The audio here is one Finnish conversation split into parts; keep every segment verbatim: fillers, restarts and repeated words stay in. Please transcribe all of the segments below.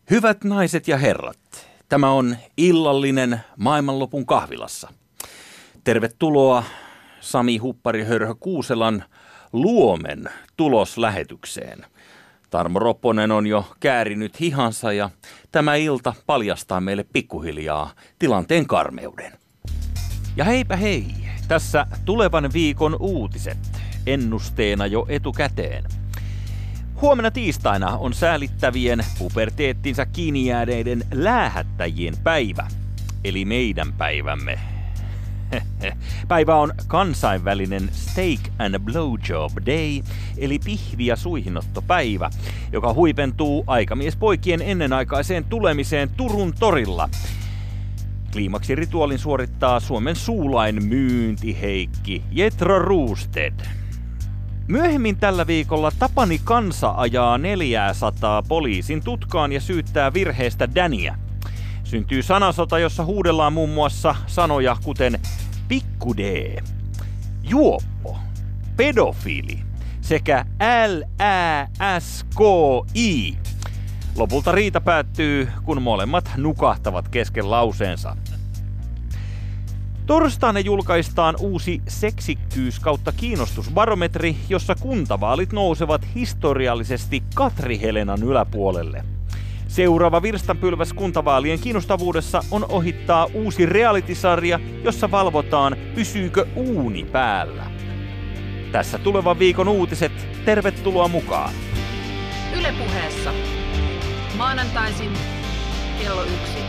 Hyvät naiset ja herrat, tämä on illallinen maailmanlopun kahvilassa. Tervetuloa Sami Huppari-Hörhö Kuuselan Luomen tuloslähetykseen. Tarmo Ropponen on jo käärinyt hihansa ja tämä ilta paljastaa meille pikkuhiljaa tilanteen karmeuden. Ja heipä hei, tässä tulevan viikon uutiset, ennusteena jo etukäteen. Huomenna tiistaina on säälittävien puberteettinsa kiinni jääneiden läähättäjien päivä, eli meidän päivämme. Päivä on kansainvälinen Steak and Blowjob Day, eli pihvi- ja suihinottopäivä, joka huipentuu aikamiespoikien ennenaikaiseen tulemiseen Turun torilla. Kliimaksirituaalin suorittaa Suomen suulain myyntiheikki Jetro Roosted. Myöhemmin tällä viikolla Tapani Kansa ajaa neljäsataa poliisin tutkaan ja syyttää virheestä Daniä. Syntyy sanasota, jossa huudellaan muun muassa sanoja kuten pikku D, juoppo, pedofiili sekä L Ä S K I. Lopulta riita päättyy, kun molemmat nukahtavat kesken lauseensa. Torstaina julkaistaan uusi seksikkyys kautta kiinnostusbarometri, jossa kuntavaalit nousevat historiallisesti Katri Helenan yläpuolelle. Seuraava virstanpylväs kuntavaalien kiinnostavuudessa on ohittaa uusi reality-sarja, jossa valvotaan, pysyykö uuni päällä. Tässä tulevan viikon uutiset. Tervetuloa mukaan. Yle Puheessa. Maanantaisin kello yksi.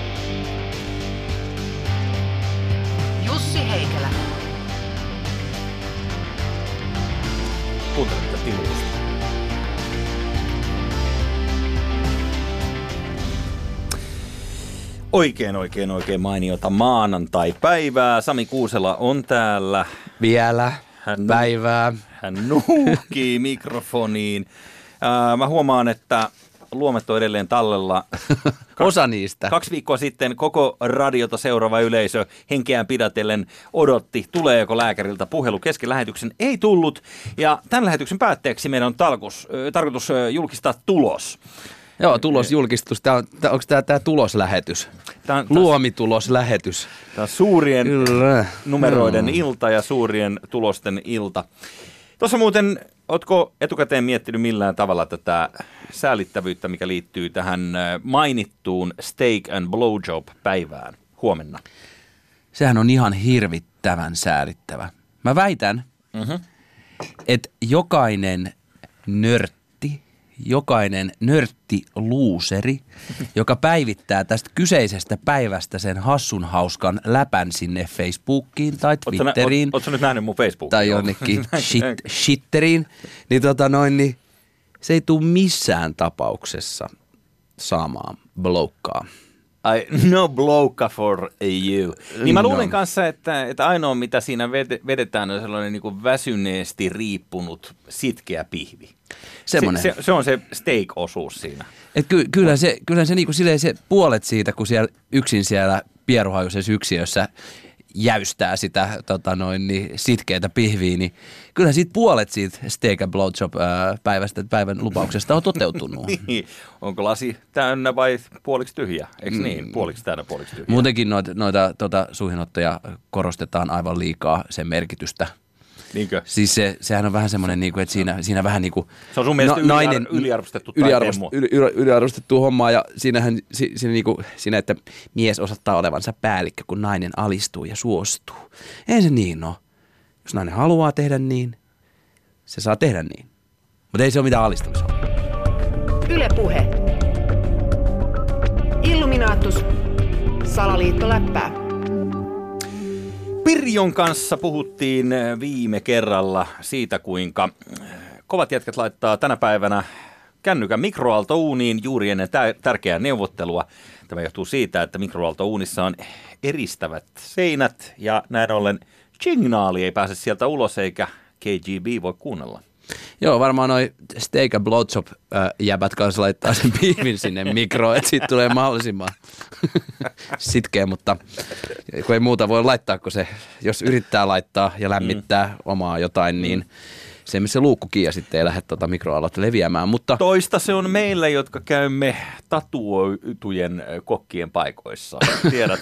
Jussi Heikelä. Kuuntelette tiluusta. Oikein, oikein, oikein mainiota maanantai-päivää. Sami Kuusela on täällä. Vielä hän, päivää. Hän nuhkii mikrofoniin. Ää, mä huomaan, että luomet on edelleen tallella. Osa niistä. Kaksi viikkoa sitten koko radiota seuraava yleisö henkeään pidätellen odotti, tuleeko lääkäriltä puhelu kesken lähetyksen. Ei tullut. Ja tämän lähetyksen päätteeksi meidän on talkus, äh, tarkoitus äh, julkistaa tulos. Joo, tulosjulkistus. Tämä on, tämä, onko tämä, tämä tuloslähetys? Tämä on, Luomituloslähetys. Tämä on suurien Kyllä. numeroiden hmm. ilta ja suurien tulosten ilta. Tuossa muuten, ootko etukäteen miettinyt millään tavalla tätä säälittävyyttä, mikä liittyy tähän mainittuun Steak and Blowjob-päivään huomenna? Sehän on ihan hirvittävän säälittävä. Mä väitän, mm-hmm. että jokainen nörtti, jokainen nörtti-luuseri, joka päivittää tästä kyseisestä päivästä sen hassun hauskan läpän sinne Facebookiin tai Twitteriin. Ootko nyt nähnyt mun Facebookin? Tai jonnekin shit, shitteriin. Niin tota noin, niin se ei tule missään tapauksessa saamaan bloukkaa. I, no bloukka for you. Niin mä luulen no. kanssa, että, että ainoa mitä siinä vedetään on sellainen niin kuin väsyneesti riippunut sitkeä pihvi. Se, se, se on se steak-osuus siinä. Et ky, kyllä se, kyllä se, niinku silleen se puolet siitä, kun siellä yksin siellä pieruhajuisessa yksiössä jäystää sitä tota noin, niin sitkeätä pihviä, niin kyllä siitä puolet siitä Steak and Blowjob päivästä, päivän lupauksesta on toteutunut. Niin. Onko lasi täynnä vai puoliksi tyhjä? Eikö mm. niin? Puoliksi täynnä, puoliksi tyhjä. Muutenkin noita, noita tota, suihinottoja korostetaan aivan liikaa sen merkitystä. Niinkö? Siis se, sehän on vähän semmoinen, niinku, että siinä, siinä vähän niin kuin se on sun mielestä no, nainen, yliarvostettu yliarvost, yli, yli, yliarvostettu hommaa ja siinähän, si, siinä, niinku, siinä, että mies osoittaa olevansa päällikkö, kun nainen alistuu ja suostuu. Ei se niin ole. Jos nainen haluaa tehdä niin, se saa tehdä niin. Mutta ei se ole mitään alistamista. Yle Puhe. Illuminaattus. Salaliittoläppää. Pirjon kanssa puhuttiin viime kerralla siitä, kuinka kovat jätkät laittaa tänä päivänä kännykän mikroaaltouuniin juuri ennen tärkeää neuvottelua. Tämä johtuu siitä, että mikroaaltouunissa on eristävät seinät ja näin ollen signaali ei pääse sieltä ulos eikä K G B voi kuunnella. Joo, varmaan noi Steak and Blowjob jäbät kanssa laittaa sen piivin sinne mikroon, että siitä tulee mahdollisimman sitkeä, mutta kun ei muuta voi laittaa, kun se, jos yrittää laittaa ja lämmittää mm. omaa jotain, niin se, missä luukkukin ja sitten ei lähde tota mikroaallot leviämään. Mutta toista se on meillä, jotka käymme tatuoitujen kokkien paikoissa. Tiedät.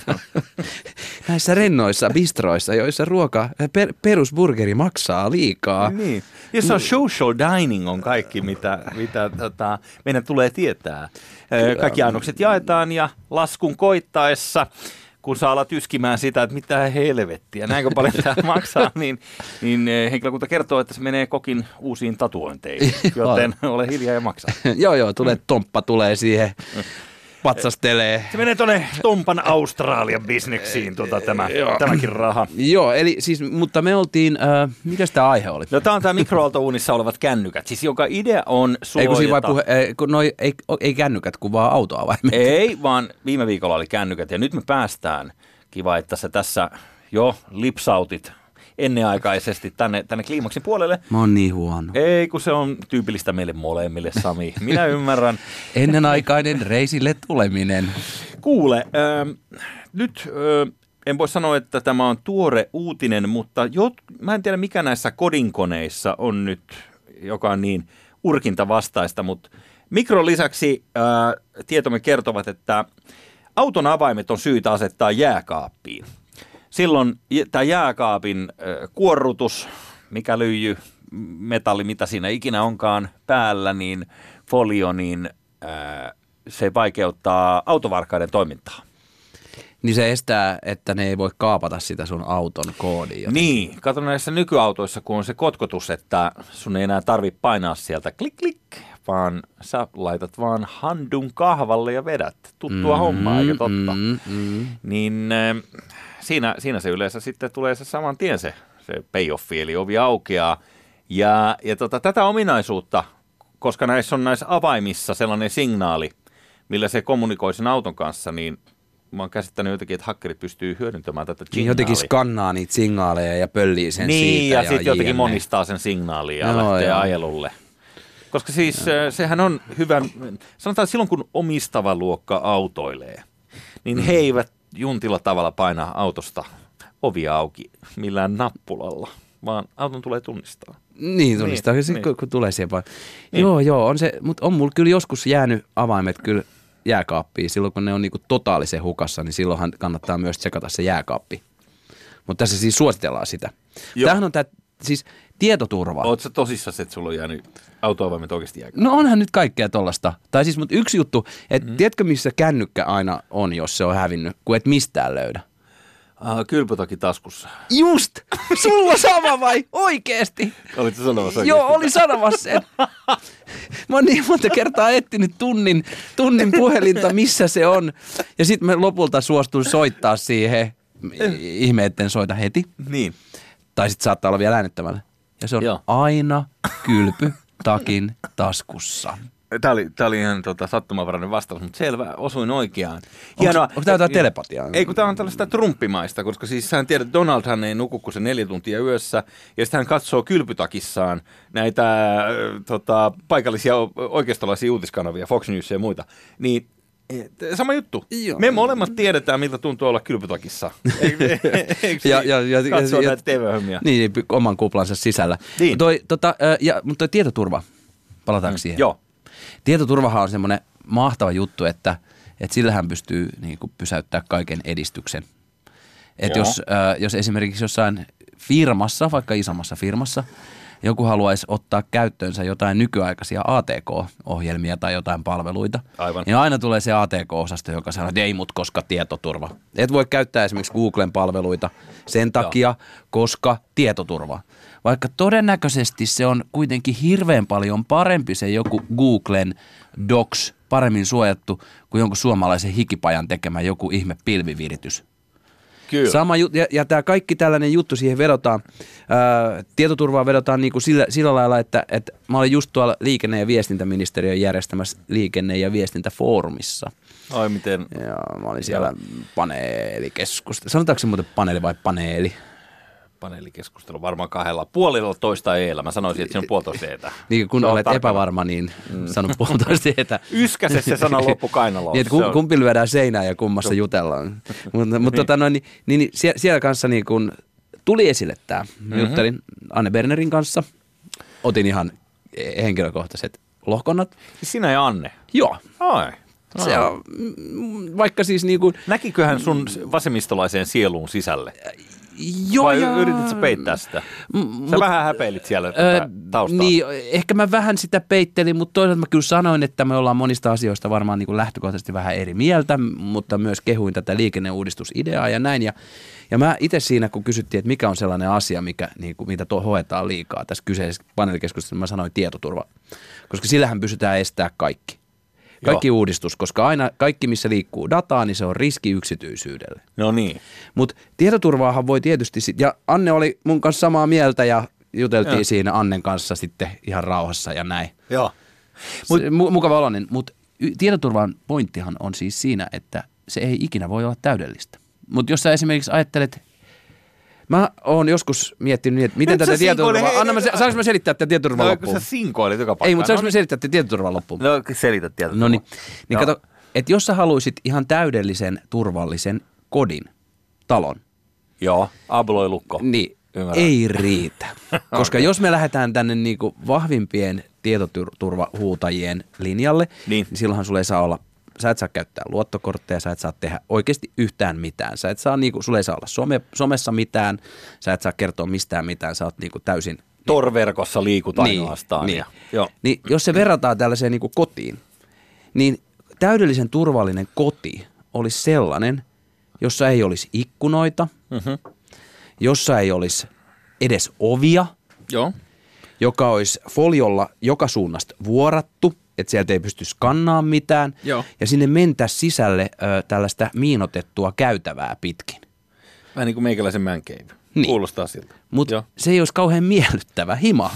Näissä rennoissa bistroissa, joissa ruoka, per, perusburgeri maksaa liikaa. Niin. Ja se on social dining on kaikki, mitä, mitä tota, meidän tulee tietää. Kaikki annokset jaetaan ja laskun koittaessa, kun saa alat yskimään sitä, että mitä helvettiä, näinkö paljon tämä maksaa, niin, niin henkilökunta kertoo, että se menee kokin uusiin tatuointeihin, joten ole hiljaa ja maksaa. Joo, joo, tulee tomppa, tulee siihen, patsastelee. Se menee tuonne Tompan Australian bisneksiin, tuota, tämä, tämäkin raha. Joo, eli siis, mutta me oltiin, äh, mikä tämä aihe oli? No tämä on tämä mikroaaltouunissa olevat kännykät, siis joka idea on suojata. Ei kun siinä vai puhe, ei, kun noi, ei, ei kännykät, kun vaan autoavaimet. Ei, vaan viime viikolla oli kännykät ja nyt me päästään, kiva, että sä tässä jo lipsautit ennenaikaisesti tänne, tänne kliimaksin puolelle. Mä oon niin huono. Ei, kun se on tyypillistä meille molemmille, Sami. Minä ymmärrän. Ennenaikainen reisille tuleminen. Kuule, äh, nyt äh, en voi sanoa, että tämä on tuore uutinen, mutta jot, mä en tiedä mikä näissä kodinkoneissa on nyt, joka on niin urkinta vastaista, mutta mikron lisäksi äh, tietomme kertovat, että auton avaimet on syytä asettaa jääkaappiin. Silloin tämä jääkaapin äh, kuorrutus, mikä lyijy, metalli, mitä siinä ikinä onkaan päällä, niin folio, niin äh, se vaikeuttaa autovarkaiden toimintaa. Niin se estää, että ne ei voi kaapata sitä sun auton koodia. Joten. Niin, kato näissä nykyautoissa, kun on se kotkotus, että sun ei enää tarvitse painaa sieltä klik klik, vaan sä laitat vaan handun kahvalle ja vedät. Tuttua mm, hommaa, eikö totta? Mm, mm. Niin äh, siinä, siinä se yleensä sitten tulee se saman tien se, se payoffi, eli ovi aukeaa. Ja, ja tota, tätä ominaisuutta, koska näissä on näissä avaimissa sellainen signaali, millä se kommunikoi sen auton kanssa, niin mä oon käsittänyt jotenkin, että hakkerit pystyy hyödyntämään tätä signaalia. Jotenkin skannaa niitä signaaleja ja pöllii sen niin, siitä. Ja, ja sitten jotenkin monistaa sen signaalia ja no, lähtee joo. ajelulle. Koska siis no. sehän on hyvä, sanotaan silloin kun omistava luokka autoilee, niin mm. he eivät juntilla tavalla painaa autosta ovia auki millään nappulalla, vaan auton tulee tunnistaa. Niin, tunnistaa, niin, niin. Kun, kun tulee siihen vaan. Niin. Joo, joo, on se, mutta on mulla kyllä joskus jäänyt avaimet kyllä jääkaappiin. Silloin kun ne on niinku totaalisen hukassa, niin silloinhan kannattaa myös tsekata se jääkaappi. Mutta tässä siis suositellaan sitä. Joo. Tämähän on tämä siis tietoturva. Oletko sä tosissaan, että sulla on jäänyt autoavaimet oikeasti jääkaappiin? No onhan nyt kaikkea tollasta. Tai siis, mutta yksi juttu, että mm. tiedätkö missä kännykkä aina on, jos se on hävinnyt, kun et mistään löydä? Ah, kylpytakki taskussa. Just! Sulla sama vai? Oikeesti? Olitko sanomassa oikeasti? Joo, oli sanomassa. Mä oon niin monta kertaa etsinyt tunnin, tunnin puhelinta, missä se on. Ja sitten mä lopulta suostun soittaa siihen. Ihme, etten soita heti. Niin. Tai sitten saattaa olla vielä äänettämällä. Ja se on Joo. aina kylpytakin taskussa. Tämä oli, tämä oli ihan tota, sattumanvarainen vastaus, mutta selvä, osuin oikeaan. Hienoa. Onko tämä jotain telepatiaa? Ei, kun tämä on tällaista trumppimaista, koska siis sähän tiedät, että Donaldhan ei nuku kuin se neljä tuntia yössä, ja sitten hän katsoo kylpytakissaan näitä äh, tota, paikallisia oikeistolaisia uutiskanavia, Fox News ja muita, niin sama juttu. Joo. Me molemmat tiedetään, miltä tuntuu olla kylpytakissa. Eikö ja, ja, ja, katsoa ja, näitä T V-hömmiä? Niin, oman kuplansa sisällä. Niin. Toi, tota, ja, mutta toi tietoturva, palataanko mm. siihen? Joo. Tietoturvahan on semmoinen mahtava juttu, että, että sillähän pystyy niin kuin pysäyttämään kaiken edistyksen. Että jos, äh, jos esimerkiksi jossain firmassa, vaikka isommassa firmassa, joku haluaisi ottaa käyttöönsä jotain nykyaikaisia A T K-ohjelmia tai jotain palveluita, Aivan. niin aina tulee se A T K-osasto, joka sanoo, että ei mut koska tietoturva. Et voi käyttää esimerkiksi Googlen palveluita sen takia, Joo. koska tietoturva. Vaikka todennäköisesti se on kuitenkin hirveän paljon parempi se joku Googlen Docs, paremmin suojattu kuin jonkun suomalaisen hikipajan tekemä joku ihme pilviviritys. Kyllä. Sama jut- ja, ja tämä kaikki tällainen juttu siihen vedotaan, ää, tietoturvaa vedotaan niinku sillä, sillä lailla, että, että mä olin just tuolla liikenne- ja viestintäministeriön järjestämässä liikenne- ja viestintäfoorumissa. Ai miten? Ja mä olin siellä paneelikeskustelu. Sanotaanko se muuten paneeli vai paneeli? Paneelikeskustelu varmaan kahdella puolella toista eellä. Mä sanoisin, että se on puolitoista eetä. Niin, kun olet tarkana. Epävarma, niin mm. sano puolitoista eetä. Yskäse se sana loppu kainalossa. Niin, että kumpi lyödään seinään ja kummassa jutellaan. Mutta mut, tota, no, niin, niin, niin, siellä kanssa niin kun tuli esille tämä. Mm-hmm. Juttelin Anne Bernerin kanssa. otin ihan henkilökohtaiset lohkonnat. Siis sinä ja Anne? Joo. Ai. Se on, mm, vaikka siis niin kuin... Näkiköhän sun vasemmistolaiseen sieluun sisälle? Joo, Vai ja... yritit sä peittää sitä? Sä mut, vähän häpeilit siellä öö, taustalla. Niin, ehkä mä vähän sitä peittelin, mutta toisaalta mä kyllä sanoin, että me ollaan monista asioista varmaan niin kuin lähtökohtaisesti vähän eri mieltä, mutta myös kehuin tätä liikenneuudistusideaa ja näin. Ja, ja mä itse siinä, kun kysyttiin, että mikä on sellainen asia, mikä, niin kuin, mitä tuo hoetaan liikaa tässä kyseisessä paneelikeskustelussa, mä sanoin tietoturva, koska sillähän pystytään estämään kaikki. Kaikki Joo. uudistus, koska aina kaikki, missä liikkuu dataa, niin se on riski yksityisyydelle. No niin. Mutta tietoturvaahan voi tietysti, sit, ja Anne oli mun kanssa samaa mieltä ja juteltiin ja. siinä Annen kanssa sitten ihan rauhassa ja näin. Joo. Mut, se, mu- mukava oloinen, mutta tietoturvan pointtihan on siis siinä, että se ei ikinä voi olla täydellistä. Mutta jos sä esimerkiksi ajattelet, mä oon joskus miettinyt niin, että miten Nyt tätä tietoturvaa... Anna mä, saanko mä selittää tätä tietoturvaa no, loppuun? No, sä sinkoilit joka paikkaan. Ei, mutta saanko no, mä selittää tätä tietoturvaa loppuun? No, selitä tietoturvaa. No niin, niin kato, että jos sä haluisit ihan täydellisen, turvallisen kodin, talon. Joo, abloilukko. Niin, Ymmärrän. ei riitä. Koska okay. jos me lähdetään tänne niinku vahvimpien tietoturvahuutajien linjalle, niin. niin silloinhan sulle ei saa olla... Sä et saa käyttää luottokortteja, sä et saa tehdä oikeasti yhtään mitään. Sä et saa, niinku, sulle ei saa olla some, somessa mitään, sä et saa kertoa mistään mitään, sä oot niinku täysin... Tor-verkossa liikut ainoastaan. Niin, ja, niin. Joo. niin jos se verrataan tällaiseen niinku kotiin, niin täydellisen turvallinen koti olisi sellainen, jossa ei olisi ikkunoita, mm-hmm. jossa ei olisi edes ovia, Joo. joka olisi foliolla joka suunnasta vuorattu, että sieltä ei pysty skannaamaan mitään, Joo. ja sinne mentäisiin sisälle ö, tällaista miinotettua käytävää pitkin. Vähän niin kuin meikäläisen man cave. Niin. Kuulostaa siltä. Mutta se ei olisi kauhean miellyttävä hima.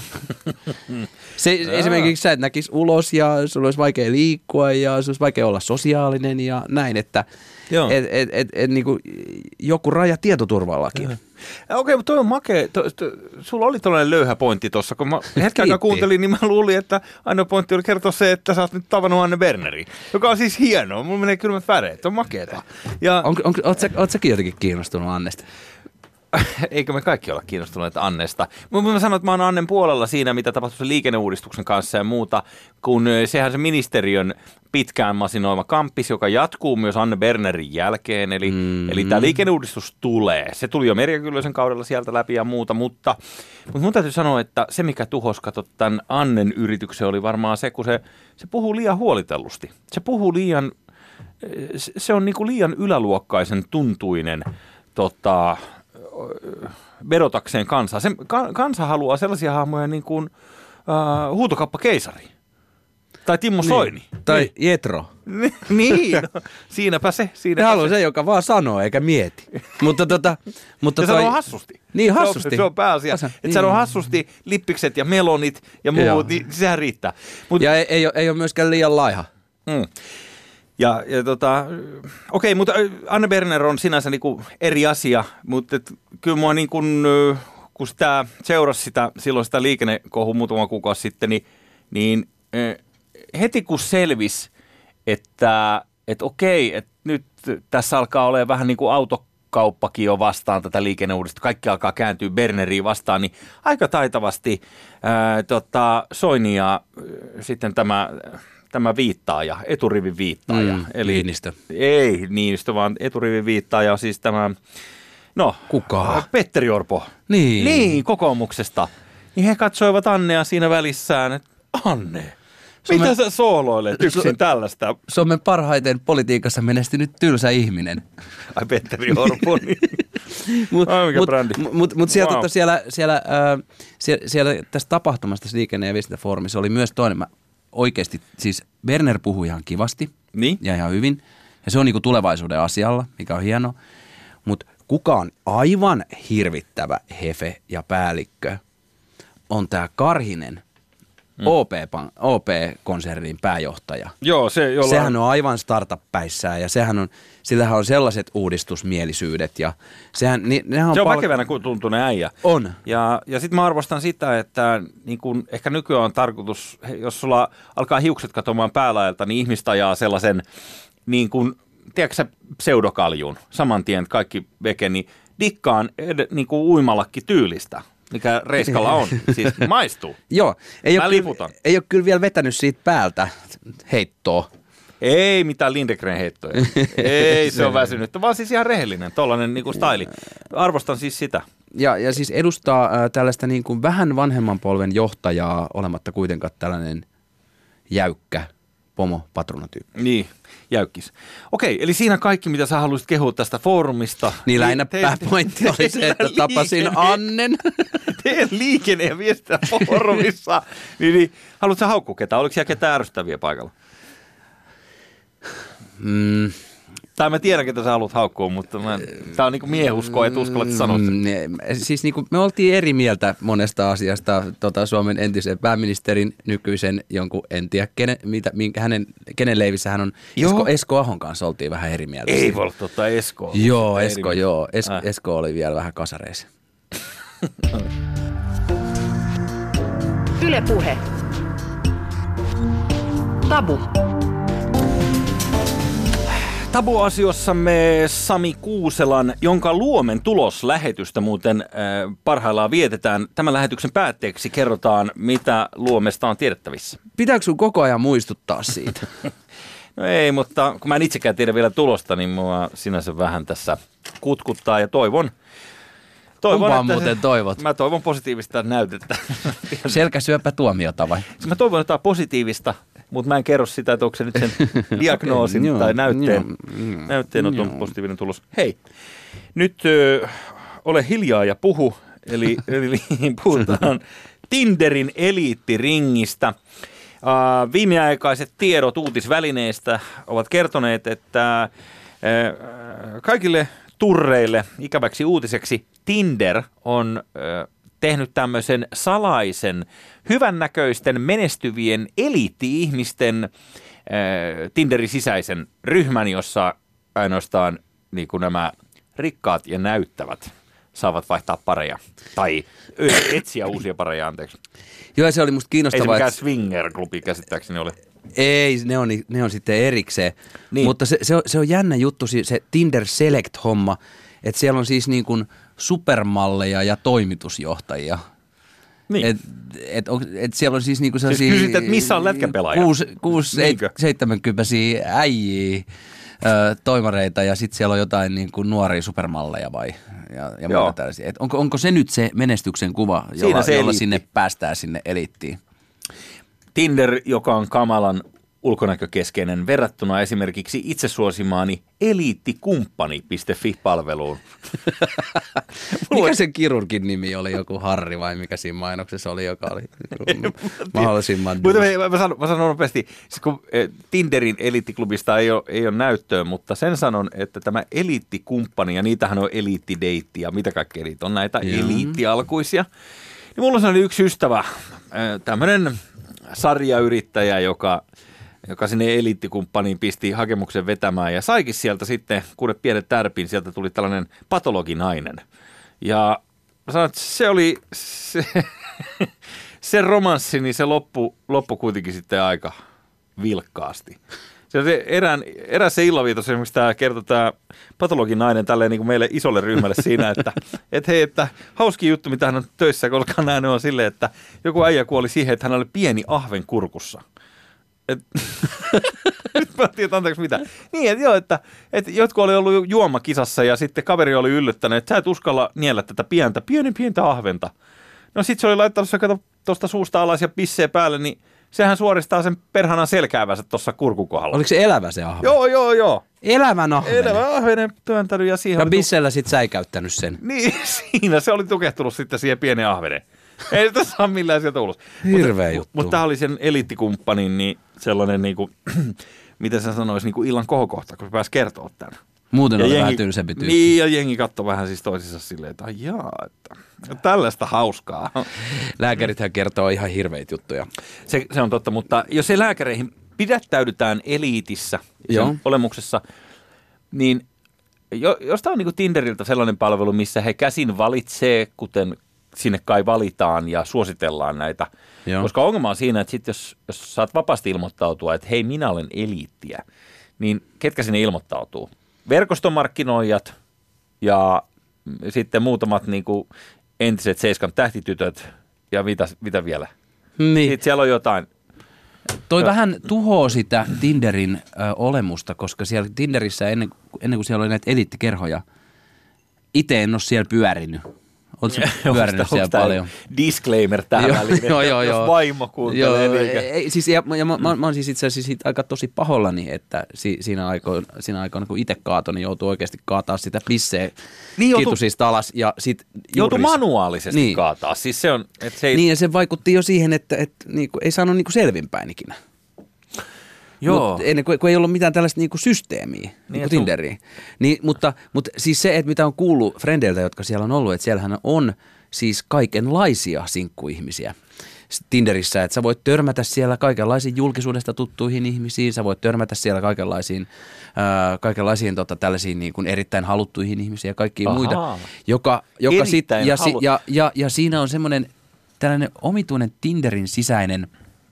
se, esimerkiksi sä et näkisi ulos ja sulla olisi vaikea liikkua ja sulla olisi vaikea olla sosiaalinen ja näin, että et, et, et, et, niinku, joku raja tietoturvallakin. Okei, okay, mutta toi on makea. To, to, sulla oli tällainen löyhä pointti tuossa, kun mä hetken aikaa kuuntelin, niin mä luulin, että ainoa pointti oli kertoa se, että sä oot nyt tavannut Anne Bernerin, joka on siis hienoa. Mulla menee kylmät väreet, on makeeta. Ja... On, on, oot, sä, oot säkin jotenkin kiinnostunut Annesta? Eikö me kaikki olla kiinnostuneita Annesta? Mutta mä sanon, että mä oon Annen puolella siinä, mitä tapahtui sen liikenneuudistuksen kanssa ja muuta, kun sehän se ministeriön pitkään masinoima kamppis, joka jatkuu myös Anne Bernerin jälkeen, eli, mm-hmm. eli tämä liikenneuudistus tulee. Se tuli jo Merja Kyllösen kaudella sieltä läpi ja muuta, mutta, mutta mun täytyy sanoa, että se mikä tuhosi, kato, tämän Annen yrityksen oli varmaan se, kun se, se puhuu liian huolitellusti. Se puhuu liian, se on niinku liian yläluokkaisen tuntuinen, tota... vedotakseen kansaa. Se, ka, kansa haluaa sellaisia hahmoja niin kuin äh, huutokauppakeisari. Tai Timmo Soini. Niin. Tai niin. Jetro. niin, no, siinäpä se. Siinäpä ne haluaa se, joka vaan sanoo eikä mieti. mutta tota, mutta ja toi... sanoo hassusti. Niin, hassusti. Se on, se on pääasia. Että niin. sanoo hassusti lippikset ja melonit ja muut, Joo. niin sehän riittää. Mut, ja ei, ei, ole, ei ole myöskään liian laiha. Mm. Ja, ja tota, okei, mutta Anne Berner on sinänsä niinku eri asia, mutta et, kyllä mua niin kun, kun sitä seurasi sitä, silloin sitä liikennekohua muutama kuukausi sitten, niin, niin heti kun selvisi, että et okei, että nyt tässä alkaa olemaan vähän niin kuin autokauppakin jo vastaan tätä liikenneuudistusta, kaikki alkaa kääntyä Berneriin vastaan, niin aika taitavasti ää, tota, Soini ja ää, sitten tämä... Tämä viittaaja, eturivin viittaaja. Mm, eli Niinistö. Ei Niinistö, vaan eturivin viittaaja on siis tämä, no, Kuka? Petteri Orpo. Niin. Niin, kokoomuksesta. Niin he katsoivat Annea siinä välissään, että Anne, Suomen, mitä sä sooloilet yksin Su- tällaista? Suomen parhaiten politiikassa menestynyt tylsä ihminen. Ai Petteri Orpo, niin. Mutta mikä brändi. Mut, mut, mut siellä, Wow. tota, siellä, siellä, äh, siellä, siellä tästä tapahtumasta tässä liikenne- ja viestintäfoorumissa oli myös toinen, mä oikeasti, siis Berner puhui ihan kivasti niin? ja ihan hyvin. Ja se on niinku tulevaisuuden asialla, mikä on hieno. Mutta kuka on aivan hirvittävä hefe ja päällikkö, on tämä Karhinen, mm. O P-konsernin pääjohtaja. Joo, se, jolla... Sehän on aivan startup-päissään ja sehän on, sillähän on sellaiset uudistusmielisyydet. Ja sehän, ni, nehän on se on pal- väkevänä kuin tuntunen äijä. On. Ja, ja sitten mä arvostan sitä, että niin kun ehkä nykyään on tarkoitus, jos sulla alkaa hiukset katoamaan päälaelta, niin ihmistä ajaa sellaisen, niin kuin, tiedätkö sä, pseudokaljun, saman tien kaikki veke, niin dikkaan ed, niin kuin uimalakki tyylistä. mikä Reiskalla on. Siis maistuu. Joo, ei Mä ole, liputan. kyllä, ei ole kyllä vielä vetänyt siitä päältä heittoa. Ei mitään Lindegren heittoja. Ei se on väsynyt, vaan siis ihan rehellinen, tollainen niinku staili. Arvostan siis sitä. Ja, ja siis edustaa äh, tällaista niin kuin vähän vanhemman polven johtajaa, olematta kuitenkaan tällainen jäykkä pomo patronatyyppi. Niin, jäykkis. Okei, eli siinä kaikki, mitä sä haluaisit kehua tästä foorumista. Niin lähinnä Te- pääpointti oli se, että tapasin liikenne- Annen. Teidän liikenne- ja viestintäfoorumissa. niin, niin, haluatko sä haukkua ketään? Oliko siellä ketään ärsyttäviä paikalla? Mm. Tai mä tiedän, ketä sä haluat haukkua, mutta mä, tää on niinku miehuskoa, et uskallat sanoa sen. Mm, siis niin kuin me oltiin eri mieltä monesta asiasta tota, Suomen entisen pääministerin nykyisen jonkun, en tiedä, kenen, mitä, minkä, hänen, kenen leivissä hän on. Esko, Esko Ahon kanssa oltiin vähän eri mieltä. Ei voi olla totta, Esko. Joo, Eri Esko, mieltä. joo. Es, Äh. Esko oli vielä vähän kasareissa. Yle Puhe. Tabu. Tabuasiossamme Sami Kuuselan, jonka Luomen tuloslähetystä muuten äh, parhaillaan vietetään. Tämän lähetyksen päätteeksi kerrotaan, mitä Luomesta on tiedettävissä. Pitääkö sun koko ajan muistuttaa siitä? No ei, mutta kun mä en itsekään tiedä vielä tulosta, niin mua sinänsä vähän tässä kutkuttaa ja toivon. toivon Kumpaa että muuten se, toivot? Mä toivon positiivista näytettä. Selkäsyöpä tuomiota vai? Mä toivon jotain positiivista, mutta mä en kerro sitä, että onko se nyt sen diagnoosin Okei, tai joo, näytteen, joo, näytteenoton joo. positiivinen tulos. Hei, nyt ö, ole hiljaa ja puhu, eli, eli puhutaan Tinderin eliittiringistä. Uh, viimeaikaiset tiedot uutisvälineistä ovat kertoneet, että uh, kaikille turreille ikäväksi uutiseksi Tinder on uh, tehnyt tämmöisen salaisen, hyvännäköisten, menestyvien eliitti-ihmisten äh, Tinderin sisäisen ryhmän, jossa ainoastaan niin kuin nämä rikkaat ja näyttävät saavat vaihtaa pareja. Tai ö, etsiä uusia pareja, anteeksi. Joo, se oli musta Ei se kiinnostavaa. mikään että- swinger-klubi käsittääkseni ole. Ei, ne on, ne on sitten erikseen. Niin. Mutta se, se, on, se on jännä juttu, si- se Tinder Select-homma, että siellä on siis niin kuin supermalleja ja toimitusjohtajia. Niin. Et, et, on- et siellä on siis niinku Siis sellaisia... kysyt, että missä on lätkäpelaaja? Kuusi, kuusi Niinkö? seitsemänkymmentäisiä äijiä, ö, toimareita ja sitten siellä on jotain niinku nuoria supermalleja vai ja, ja Joo. muuta tällaisia. Et onko, onko se nyt se menestyksen kuva, Siinä jolla, se jolla eliitti. sinne päästään sinne eliittiin? Tinder, joka on kamalan ulkonäkökeskeinen verrattuna esimerkiksi itse suosimaani eliittikumppani piste fi-palveluun. Mikä se kirurgin nimi oli, joku Harri vai mikä siinä mainoksessa oli, joka oli mahdollisimman... Mutta mä, mä, sanon, mä sanon nopeasti, siis kun eh, Tinderin eliittiklubista ei ole, ei ole näyttöä, mutta sen sanon, että tämä eliittikumppani, ja niitähän on eliittideitti ja mitä kaikkea niitä on näitä Joo. eliittialkuisia. Niin mulla on yksi ystävä, tämmöinen sarjayrittäjä, joka, joka sinne eliittikumppaniin pisti hakemuksen vetämään ja saikin sieltä sitten, kun pienet tärpin, sieltä tuli tällainen patologinainen. Ja mä sanoin, että se oli, se, se romanssi, niin se loppu, loppu kuitenkin sitten aika vilkkaasti. Se, se erään, erässä illaviitossa esimerkiksi tämä kertoi tämä patologinainen tälleen niin kuin meille isolle ryhmälle siinä, että et hei, että hauski juttu, mitä hän on töissä, koska nähnyt on silleen, että joku äijä kuoli siihen, että hän oli pieni ahven kurkussa. Et, nyt mä en tiedä, anteeksi mitä. Niin, että joo, että, että jotkut oli ollut juomakisassa ja sitten kaveri oli yllyttänyt, että sä et uskalla niellä tätä pientä, pienen pientä ahventa. No sit se oli laittanut se kato tuosta suusta alas ja pissee päälle, niin sehän suoristaa sen perhanan selkäävänsä tuossa kurkukohdalla. Oliko se elävä se ahven? Joo, joo, joo. Elävän ahven. Elävä ahvenen työntänyt ja siihen Ja oli... Bissellä sit säikäyttänyt sen. Niin, siinä se oli tukehtunut sitten siihen pieneen ahveneen. Ei sitä saa millään sieltä ulos. Hirveä mutta, juttu. Mutta tämä oli sen eliittikumppanin niin sellainen, niin kuin, miten sä sanois, niin kuin illan kohokohta, kun se pääsi kertoa tämän. Muuten oli vähän tylsempi tyyppi. Niin, ja jengi katsoi vähän siis toisissa silleen, että ai jaa, että tällaista hauskaa. Lääkärithän kertoo ihan hirveitä juttuja. Se, se on totta, mutta jos ei lääkäreihin pidättäydytään eliitissä, Joo. sen olemuksessa, niin jo, jos tämä on niin kuin Tinderiltä sellainen palvelu, missä he käsin valitsee, kuten sinne kai valitaan ja suositellaan näitä. Joo. Koska ongelma on siinä, että sit jos, jos saat vapaasti ilmoittautua, että hei, minä olen eliittiä, niin ketkä sinne ilmoittautuu? Verkostomarkkinoijat ja sitten muutamat niin kuin entiset Seiskan tähtitytöt ja mitä, mitä vielä. Niin. Sitten siellä on jotain. Toi No. vähän tuhoaa sitä Tinderin ö, olemusta, koska siellä Tinderissä ennen, ennen kuin siellä oli näitä eliittikerhoja, itse en ole siellä pyörinyt. Oletko pyörinyt siellä paljon? Disclaimer tähän väliin, joo, joo, joo. jos vaimo kuuntelee. Joo, niin... ei, siis, ja, ja mä, mä, mä oon siis itse asiassa siitä aika tosi pahollani, että si, siinä, aikoina, siinä aikoina, kun itse kaatoi, niin joutuu oikeasti kaataa sitä pisseä Niin joutu- kitusista alas. Ja sit Joutuu juuris- manuaalisesti Niin. kaataa. Siis se on, että se ei... Niin, ja se vaikutti jo siihen, että et, niinku, ei saanut niinku selvinpäin ikinä. Joo. Mut ennen kuin, kun ei ollut mitään tällaista niinku systeemiä, niin, niin kuin Tinderiä. Niin, mutta, mutta siis se, että mitä on kuullut frendeiltä, jotka siellä on ollut, että siellähän on siis kaikenlaisia sinkkuihmisiä Tinderissä, että sä voit törmätä siellä kaikenlaisiin julkisuudesta tuttuihin ihmisiin, sä voit törmätä siellä kaikenlaisiin, ää, kaikenlaisiin tota, tällaisiin niin kuin erittäin haluttuihin ihmisiin ja kaikkia Ahaa. muita, joka, joka sit, ja, si, halut- ja, ja, ja siinä on semmoinen tällainen omituinen Tinderin sisäinen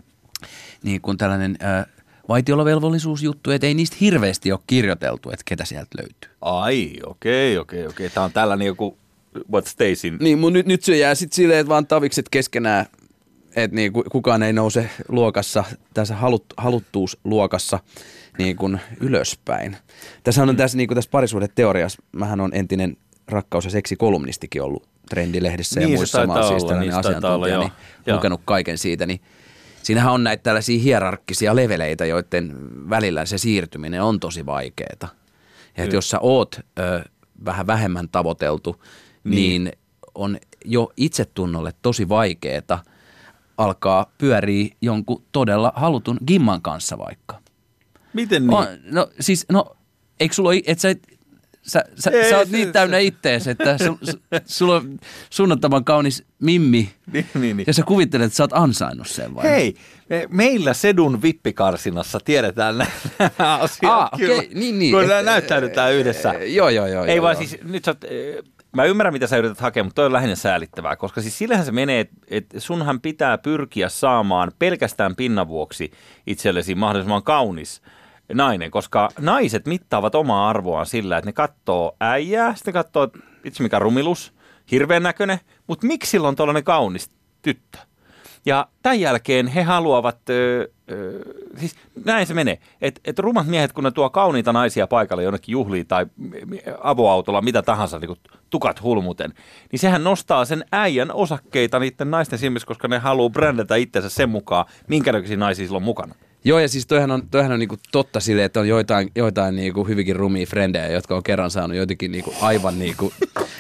niin kuin tällainen ää, vaitiolovelvollisuusjuttu, että ei niistä hirveästi ole kirjoiteltu, että ketä sieltä löytyy. Ai, okei, okei, okei. Tämä on tällainen joku What Stacyn. Niin, mutta nyt, nyt se jää sitten silleen, että vaan tavikset keskenään, että niin, kukaan ei nouse luokassa, tässä halut, haluttuusluokassa niin kuin ylöspäin. Tässä on mm. tässä, niin kuin tässä parisuhdeteoriassa, mähän on entinen rakkaus- ja seksikolumnistikin ollut Trendilehdissä Niin, ja se muissa. taitaa Mä oon siis olla, tällainen niin se taitaa olla, asiantuntija, joo. niin Joo. lukenut kaiken siitä, niin siinähän on näitä tällaisia hierarkkisia leveleitä, joiden välillä se siirtyminen on tosi vaikeaa. Ja että jos sä oot ö, vähän vähemmän tavoiteltu, niin. niin on jo itsetunnolle tosi vaikeaa alkaa pyöriä jonkun todella halutun gimman kanssa vaikka. Miten niin? On, no siis, no eikö sulla ole, että sä, sä, sä, Ei, sä oot se- niin täynnä ittees, että sul, su, sulla on suunnattoman kaunis mimmi Niin, niin, niin. ja sä kuvittelet, että sä oot ansainnut sen vai? Hei, me, meillä Sedun vippikarsinassa tiedetään nämä asiat. Aa, kyllä. okei, niin, niin. Kun Et- nämä näyttäydytään yhdessä. Joo, joo, joo. Ei joo, vaan joo. siis, nyt sä oot, eh, mä ymmärrän mitä sä yrität hakea, mutta toi on lähinnä säälittävää, koska siis sillähän se menee, että et sunhan pitää pyrkiä saamaan pelkästään pinnan vuoksi itsellesi mahdollisimman kaunis nainen, koska naiset mittaavat omaa arvoaan sillä, että ne katsoo äijää, sitten katsoo itse mikä rumilus, hirveän näköinen, mutta miksi sillä on tollainen kaunis tyttö? Ja tämän jälkeen he haluavat, öö, öö, siis näin se menee, että et rumat miehet, kun ne tuo kauniita naisia paikalle jonnekin juhliin tai avoautolla, mitä tahansa, niin kuin tukat hulmuten, niin sehän nostaa sen äijän osakkeita niiden naisten silmissä, koska ne haluaa brändätä itsensä sen mukaan, minkä näköisiä naisia sillä on mukana. Joo, ja siis toihan on, toihan on niinku totta silleen, että on joitain, joitain niinku hyvinkin rumia frendejä, jotka on kerran saanut jotenkin niinku aivan, niinku,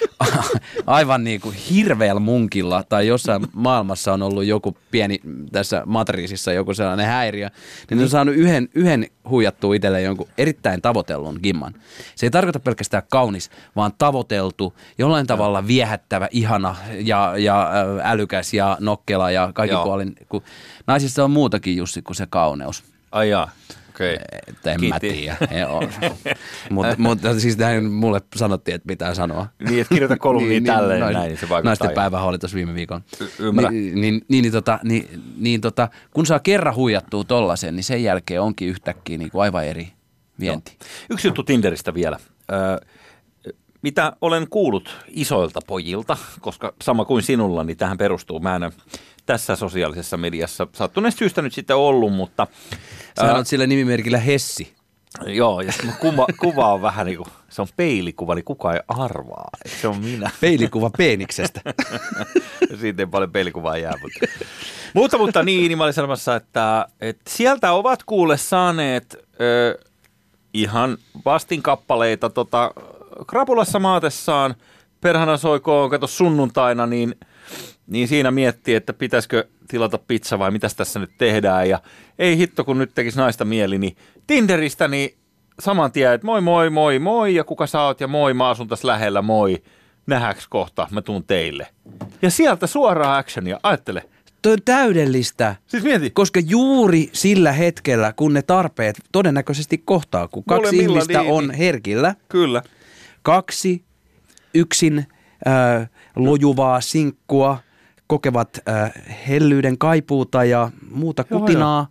aivan niinku hirveällä munkilla, tai jossain maailmassa on ollut joku pieni, tässä matriisissa joku sellainen häiriö, niin ne on saanut yhden, yhden huijattua itselleen jonkun erittäin tavoitellun gimman. Se ei tarkoita pelkästään kaunis, vaan tavoiteltu, jollain tavalla viehättävä, ihana ja, ja älykäs ja nokkela ja kaikki Joo. puolin. Kun naisissa on muutakin Jussi kuin se kauneus. Ai jaa, okei. Okay. Että en Kiitti. mä tiedä. Mutta mut, siis tähän mulle sanottiin, että pitää sanoa. Niin, että kirjoita kolumnia niin, tälleen nais- näin, niin se vaikuttaa. Naisten ihan. päivähän oli tuossa viime viikon. Y- ymmärrän. Ni, niin, niin, niin, tota, niin, niin tota, kun saa kerran huijattua tollasen, niin sen jälkeen onkin yhtäkkiä niin kuin aivan eri vienti. Joo. Yksi juttu Tinderistä vielä. Öö, mitä olen kuullut isoilta pojilta, koska sama kuin sinulla, niin tähän perustuu. Mä en ole tässä sosiaalisessa mediassa sattuneesta syystä nyt sitten ollut, mutta... Sä ää, oot sillä nimimerkillä Hessi. Joo, ja sitten kuva, kuva on vähän niin kuin, se on peilikuva, niin kukaan ei arvaa, että se on minä. Peilikuva peeniksestä. Siitä ei paljon peilikuvaa jää, mutta... mutta, mutta niin, niin mä olin sanomassa, että, että sieltä ovat kuule saaneet ö, ihan vastinkappaleita tota, krapulassa maatessaan, perhana soikoon, kato sunnuntaina, niin, niin siinä miettii, että pitäisikö tilata pizza vai mitäs tässä nyt tehdään. Ja ei hitto, kun nyt tekisi naista mieli, niin Tinderistä niin saman tien, että moi moi moi moi ja kuka sä oot ja moi, mä asun tässä lähellä, moi. Nähdäänkö kohta, mä tuun teille. Ja sieltä suoraan actionia, ajattele. Toi on täydellistä. Siis mieti. Koska juuri sillä hetkellä, kun ne tarpeet todennäköisesti kohtaa, kun kaksi Molemmilla ihmistä niin, on niin. herkillä, Kyllä. kaksi yksin äh, lojuvaa sinkkua, kokevat äh, hellyyden kaipuuta ja muuta Joo, kutinaa,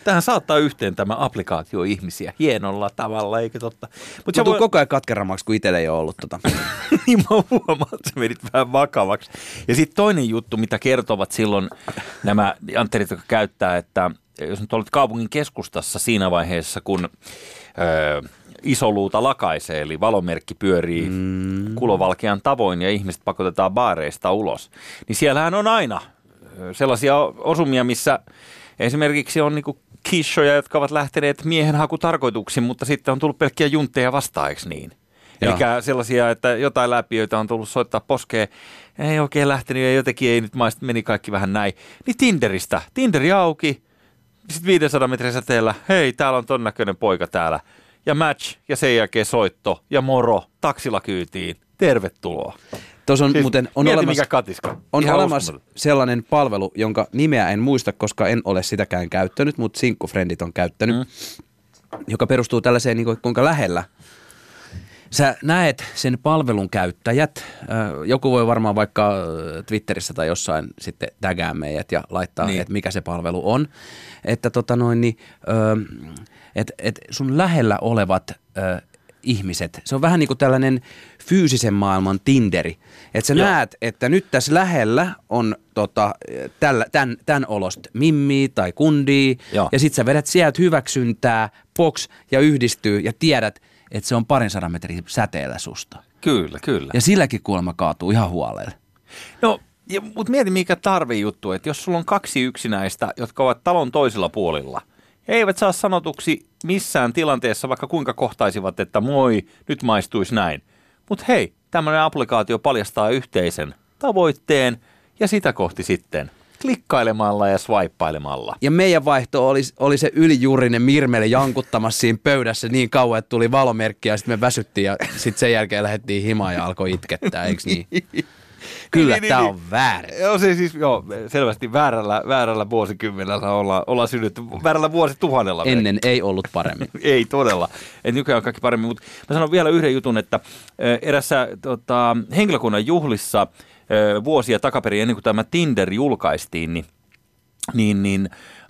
Tähän saattaa yhteen tämä applikaatio ihmisiä hienolla tavalla, eikö totta? Mutta se voi... koko ajan katkerammaksi, kun itsellä ei ole ollut tota. Niin mä huomaan, että se menit vähän vakavaksi. Ja sitten toinen juttu, mitä kertovat silloin nämä jantterit, jotka käyttää, että jos nyt olet kaupungin keskustassa siinä vaiheessa, kun öö, iso luuta lakaisee, eli valomerkki pyörii mm. kulovalkean tavoin ja ihmiset pakotetaan baareista ulos, niin siellähän on aina sellaisia osumia, missä esimerkiksi on niinku kissoja, jotka ovat lähteneet miehenhakutarkoituksiin, mutta sitten on tullut pelkkiä juntteja vastaan, eikö niin? Eli sellaisia, että jotain läpiöitä on tullut soittaa poskeen, ei oikein lähtenyt ja jotenkin ei nyt maista, meni kaikki vähän näin. Niin Tinderistä, Tinderi auki, sitten viisisataa metrin säteellä, hei, täällä on ton näköinen poika täällä. Ja match, ja sen jälkeen soitto, ja moro, taksilla kyytiin, tervetuloa. Tuossa on siis, muuten on mieti, olemassa, mikä katiska. on olemassa sellainen palvelu, jonka nimeä en muista, koska en ole sitäkään käyttänyt, mutta sinkkufrendit on käyttänyt, mm. joka perustuu tällaiseen, niin kuin, kuinka lähellä sä näet sen palvelun käyttäjät. Joku voi varmaan vaikka Twitterissä tai jossain sitten tägää meidät ja laittaa, niin. että mikä se palvelu on. Että tota noin, niin, et, et sun lähellä olevat ö, ihmiset, se on vähän niin kuin tällainen fyysisen maailman Tinderi. Että sä Joo. näet, että nyt tässä lähellä on tota, tällä, tämän, tämän olosta mimmiä tai kundia, Joo. ja sit sä vedät sieltä hyväksyntää, box ja yhdistyy ja tiedät, että se on parin sadan metrin säteellä susta. Kyllä, kyllä. Ja silläkin kuulemma kaatuu ihan huolelle. No, mutta mieti mikä tarvejuttu, että jos sulla on kaksi yksinäistä, jotka ovat talon toisilla puolilla, ja eivät saa sanotuksi missään tilanteessa, vaikka kuinka kohtaisivat, että moi, nyt maistuisi näin. Mutta hei, tämmöinen applikaatio paljastaa yhteisen tavoitteen ja sitä kohti sitten klikkailemalla ja swipeilemalla. Ja meidän vaihto oli, oli se ylijuurinen Mirmeli jankuttamassa siinä pöydässä niin kauan, että tuli valomerkki ja sitten me väsyttiin ja sitten sen jälkeen lähdettiin himaan ja alkoi itkettää, eikö niin? Kyllä, niin, tämä niin, on väärin. Joo, se siis, joo, selvästi väärällä, väärällä vuosikymmenellä olla, olla synnytty, väärällä vuosituhannella. Ennen ei ollut paremmin. Ei todella, et nykyään on kaikki paremmin, mutta mä sanon vielä yhden jutun, että erässä tota, henkilökunnan juhlissa vuosia takaperin, ennen kuin tämä Tinder julkaistiin, niin, niin, niin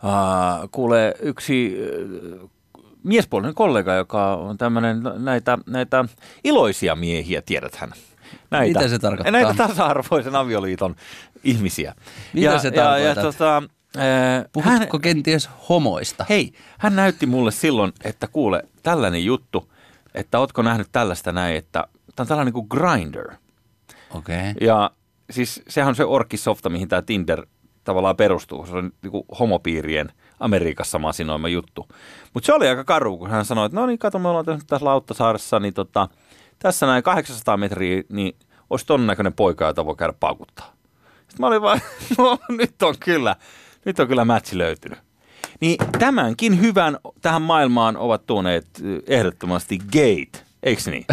äh, kuulee yksi äh, miespuolinen kollega, joka on tämmöinen näitä, näitä iloisia miehiä, tiedäthän. Näitä, mitä se tarkoittaa? Näitä tasa-arvoisen avioliiton ihmisiä. Mitä ja, se ja, tarkoittaa? Ja, tota, äh, Puhutko hän, kenties homoista? Hei, hän näytti mulle silloin, että kuule, tällainen juttu, että ootko nähnyt tällaista näin, että tämä on tällainen kuin Grindr. Okei. Okay. Ja siis sehän on se orkkisofta, mihin tämä Tinder tavallaan perustuu. Se on niin kuin homopiirien Amerikassa masinoima juttu. Mutta se oli aika karu, kun hän sanoi, että no niin, kato, me ollaan tässä Lauttasaaressa, niin tota, tässä näin kahdeksansataa metriä, niin olisi ton näköinen poika, jota voi käydä paukuttaa. Sitten mä olin vaan, no nyt on kyllä, nyt on kyllä mätsi löytynyt. Niin tämänkin hyvän tähän maailmaan ovat tuoneet ehdottomasti gate, eikö niin?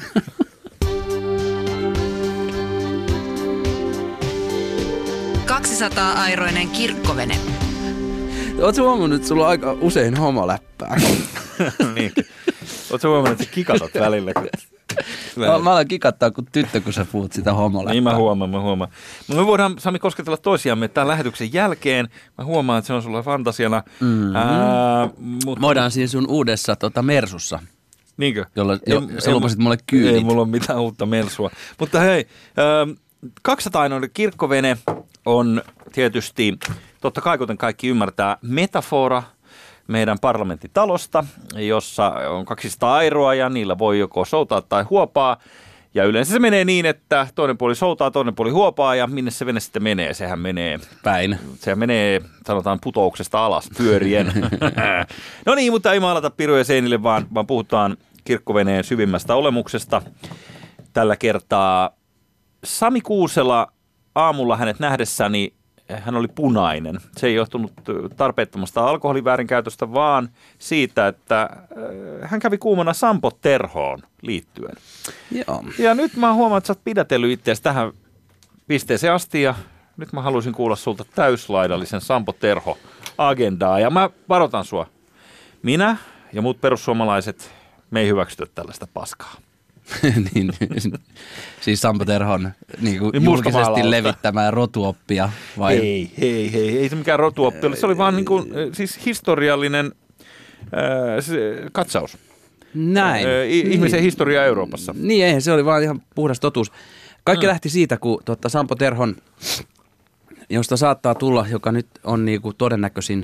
kaksisataa-airoinen kirkkovene. Oletko huomannut, että sulla on aika usein homoläppää? Niin. Oletko huomannut, että kikatat välillä? Kun... Mä, mä alan kikattaa kuin tyttö, kun sä puhut sitä homoläppää. Niin mä huomaan, mä huomaan. Me voidaan, Sami, kosketella toisiamme tämän lähetyksen jälkeen. Mä huomaan, että se on sulla fantasiana. Mm-hmm. Ää, mutta... Voidaan siinä sun uudessa tota, Mersussa. Niinkö? Jolla, jo, ei, sä lupasit mulle kyynit. Ei mulla ole mitään uutta Mersua. Mutta hei, äh, kaksisataa-ainoinen kirkkovene on tietysti, totta kai kuten kaikki ymmärtää, metafora meidän parlamenttitalosta, jossa on kaksisataa airoa ja niillä voi joko soutaa tai huopaa. Ja yleensä se menee niin, että toinen puoli soutaa, toinen puoli huopaa ja minne se vene sitten menee? Sehän menee päin. Sehän menee, sanotaan, putouksesta alas pyörien. No niin, mutta ei maalata piruja seinille, vaan, vaan puhutaan kirkkoveneen syvimmästä olemuksesta. Tällä kertaa Sami Kuusela, aamulla hänet nähdessäni, hän oli punainen. Se ei johtunut tarpeettomasta alkoholiväärinkäytöstä, vaan siitä, että hän kävi kuumana Sampo Terhoon liittyen. Joo. Ja nyt mä huomaan, että sä oot pidätellyt itseäsi tähän pisteeseen asti, ja nyt mä haluaisin kuulla sulta täyslaidallisen Sampo Terho-agendaa. Ja mä varoitan sua. Minä ja muut perussuomalaiset, me ei hyväksytä tällaista paskaa. niin, siis Sampo Terhon niin kuin julkisesti levittämää rotuoppia. Vai? Ei, ei, ei, ei se mikään rotuoppi ole. Se oli vaan niin kuin, siis historiallinen äh, se, katsaus. Näin. Äh, ihmisen niin. historiaa Euroopassa. Niin, eihän se oli vaan ihan puhdas totuus. Kaikki mm. lähti siitä, kun tuota, Sampo Terhon, josta saattaa tulla, joka nyt on niin kuin todennäköisin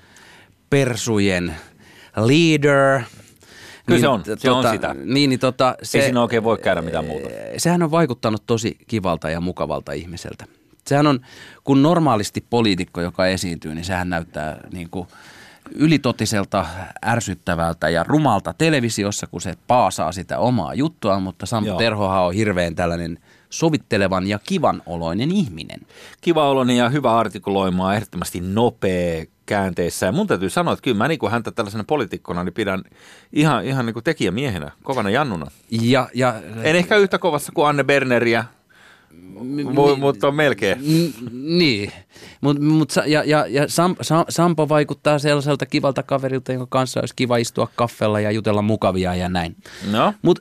persujen leader. Kyllä niin, se on, se tota, on sitä. Niin, niin tota, se, ei siinä oikein voi käydä mitään muuta. Sehän on vaikuttanut tosi kivalta ja mukavalta ihmiseltä. Sehän on, kun normaalisti poliitikko, joka esiintyy, niin sehän näyttää niin kuin ylitotiselta, ärsyttävältä ja rumalta televisiossa, kun se paasaa sitä omaa juttua, mutta Sampo Joo. Terhohan on hirveän tällainen sovittelevan ja kivan oloinen ihminen. Kiva oloinen ja hyvä artikuloimaa, ehdottomasti nopea käänteissä. Ja mun täytyy sanoa, että kyllä mä niin kuin häntä tällaisena poliitikkona niin pidän ihan, ihan niin kuin tekijämiehenä, kovana jannuna. Ja, ja, en ehkä yhtä kovassa kuin Anne Berneriä, m- mutta on melkein. N- niin, Mut, mut, ja, ja, ja Sam, Sam, Sampo vaikuttaa sellaiselta kivalta kaverilta, jonka kanssa olisi kiva istua kaffella ja jutella mukavia ja näin. No. Mutta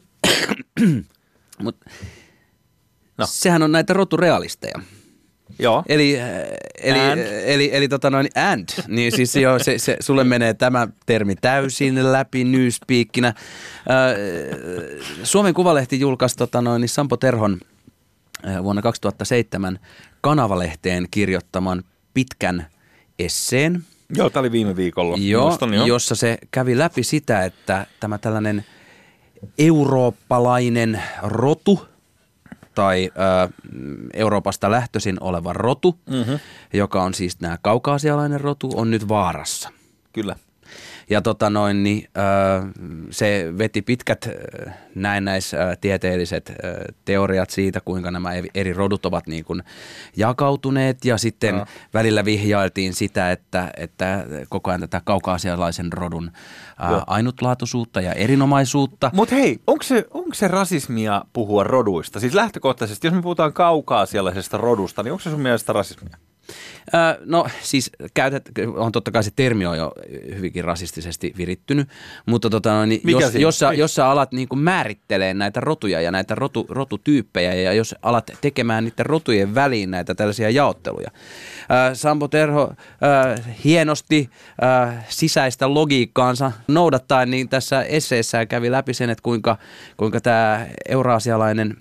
mut, no. sehän on näitä roturealisteja. Joo. Eli, eli, and. eli, eli tota noin, and, niin siis jo, se, se, sulle menee tämä termi täysin läpi newspeakinä. Äh, Suomen Kuvalehti julkaisi tota noin, niin Sampo Terhon äh, vuonna kaksituhattaseitsemän Kanavalehteen kirjoittaman pitkän esseen. Joo, tämä oli viime viikolla. Jo, Muistan, jo. Jossa se kävi läpi sitä, että tämä tällainen eurooppalainen rotu, tai ö, Euroopasta lähtöisin oleva rotu, mm-hmm. joka on siis nämä kaukaasialainen rotu, on nyt vaarassa. Kyllä. Ja tota noin, niin, ö, se veti pitkät näennäistieteelliset teoriat siitä, kuinka nämä eri rodut ovat niin kuin jakautuneet. Ja sitten no. välillä vihjailtiin sitä, että, että koko ajan tätä kaukaasialaisen rodun ä, ainutlaatuisuutta ja erinomaisuutta. Mutta hei, onko se, onko se rasismia puhua roduista? Siis lähtökohtaisesti, jos me puhutaan kaukaasialaisesta rodusta, niin onko se sun mielestä rasismia? Öö, no siis käytät, on totta kai se termi on jo hyvinkin rasistisesti virittynyt, mutta tota, niin jos, jos, sä, jos sä alat niin kuin määrittelee näitä rotuja ja näitä rotu, rotutyyppejä ja jos alat tekemään niiden rotujen väliin näitä tällaisia jaotteluja. Öö, Sampo Terho öö, hienosti öö, sisäistä logiikkaansa noudattaen, niin tässä esseessään kävi läpi sen, että kuinka, kuinka tämä euraasialainen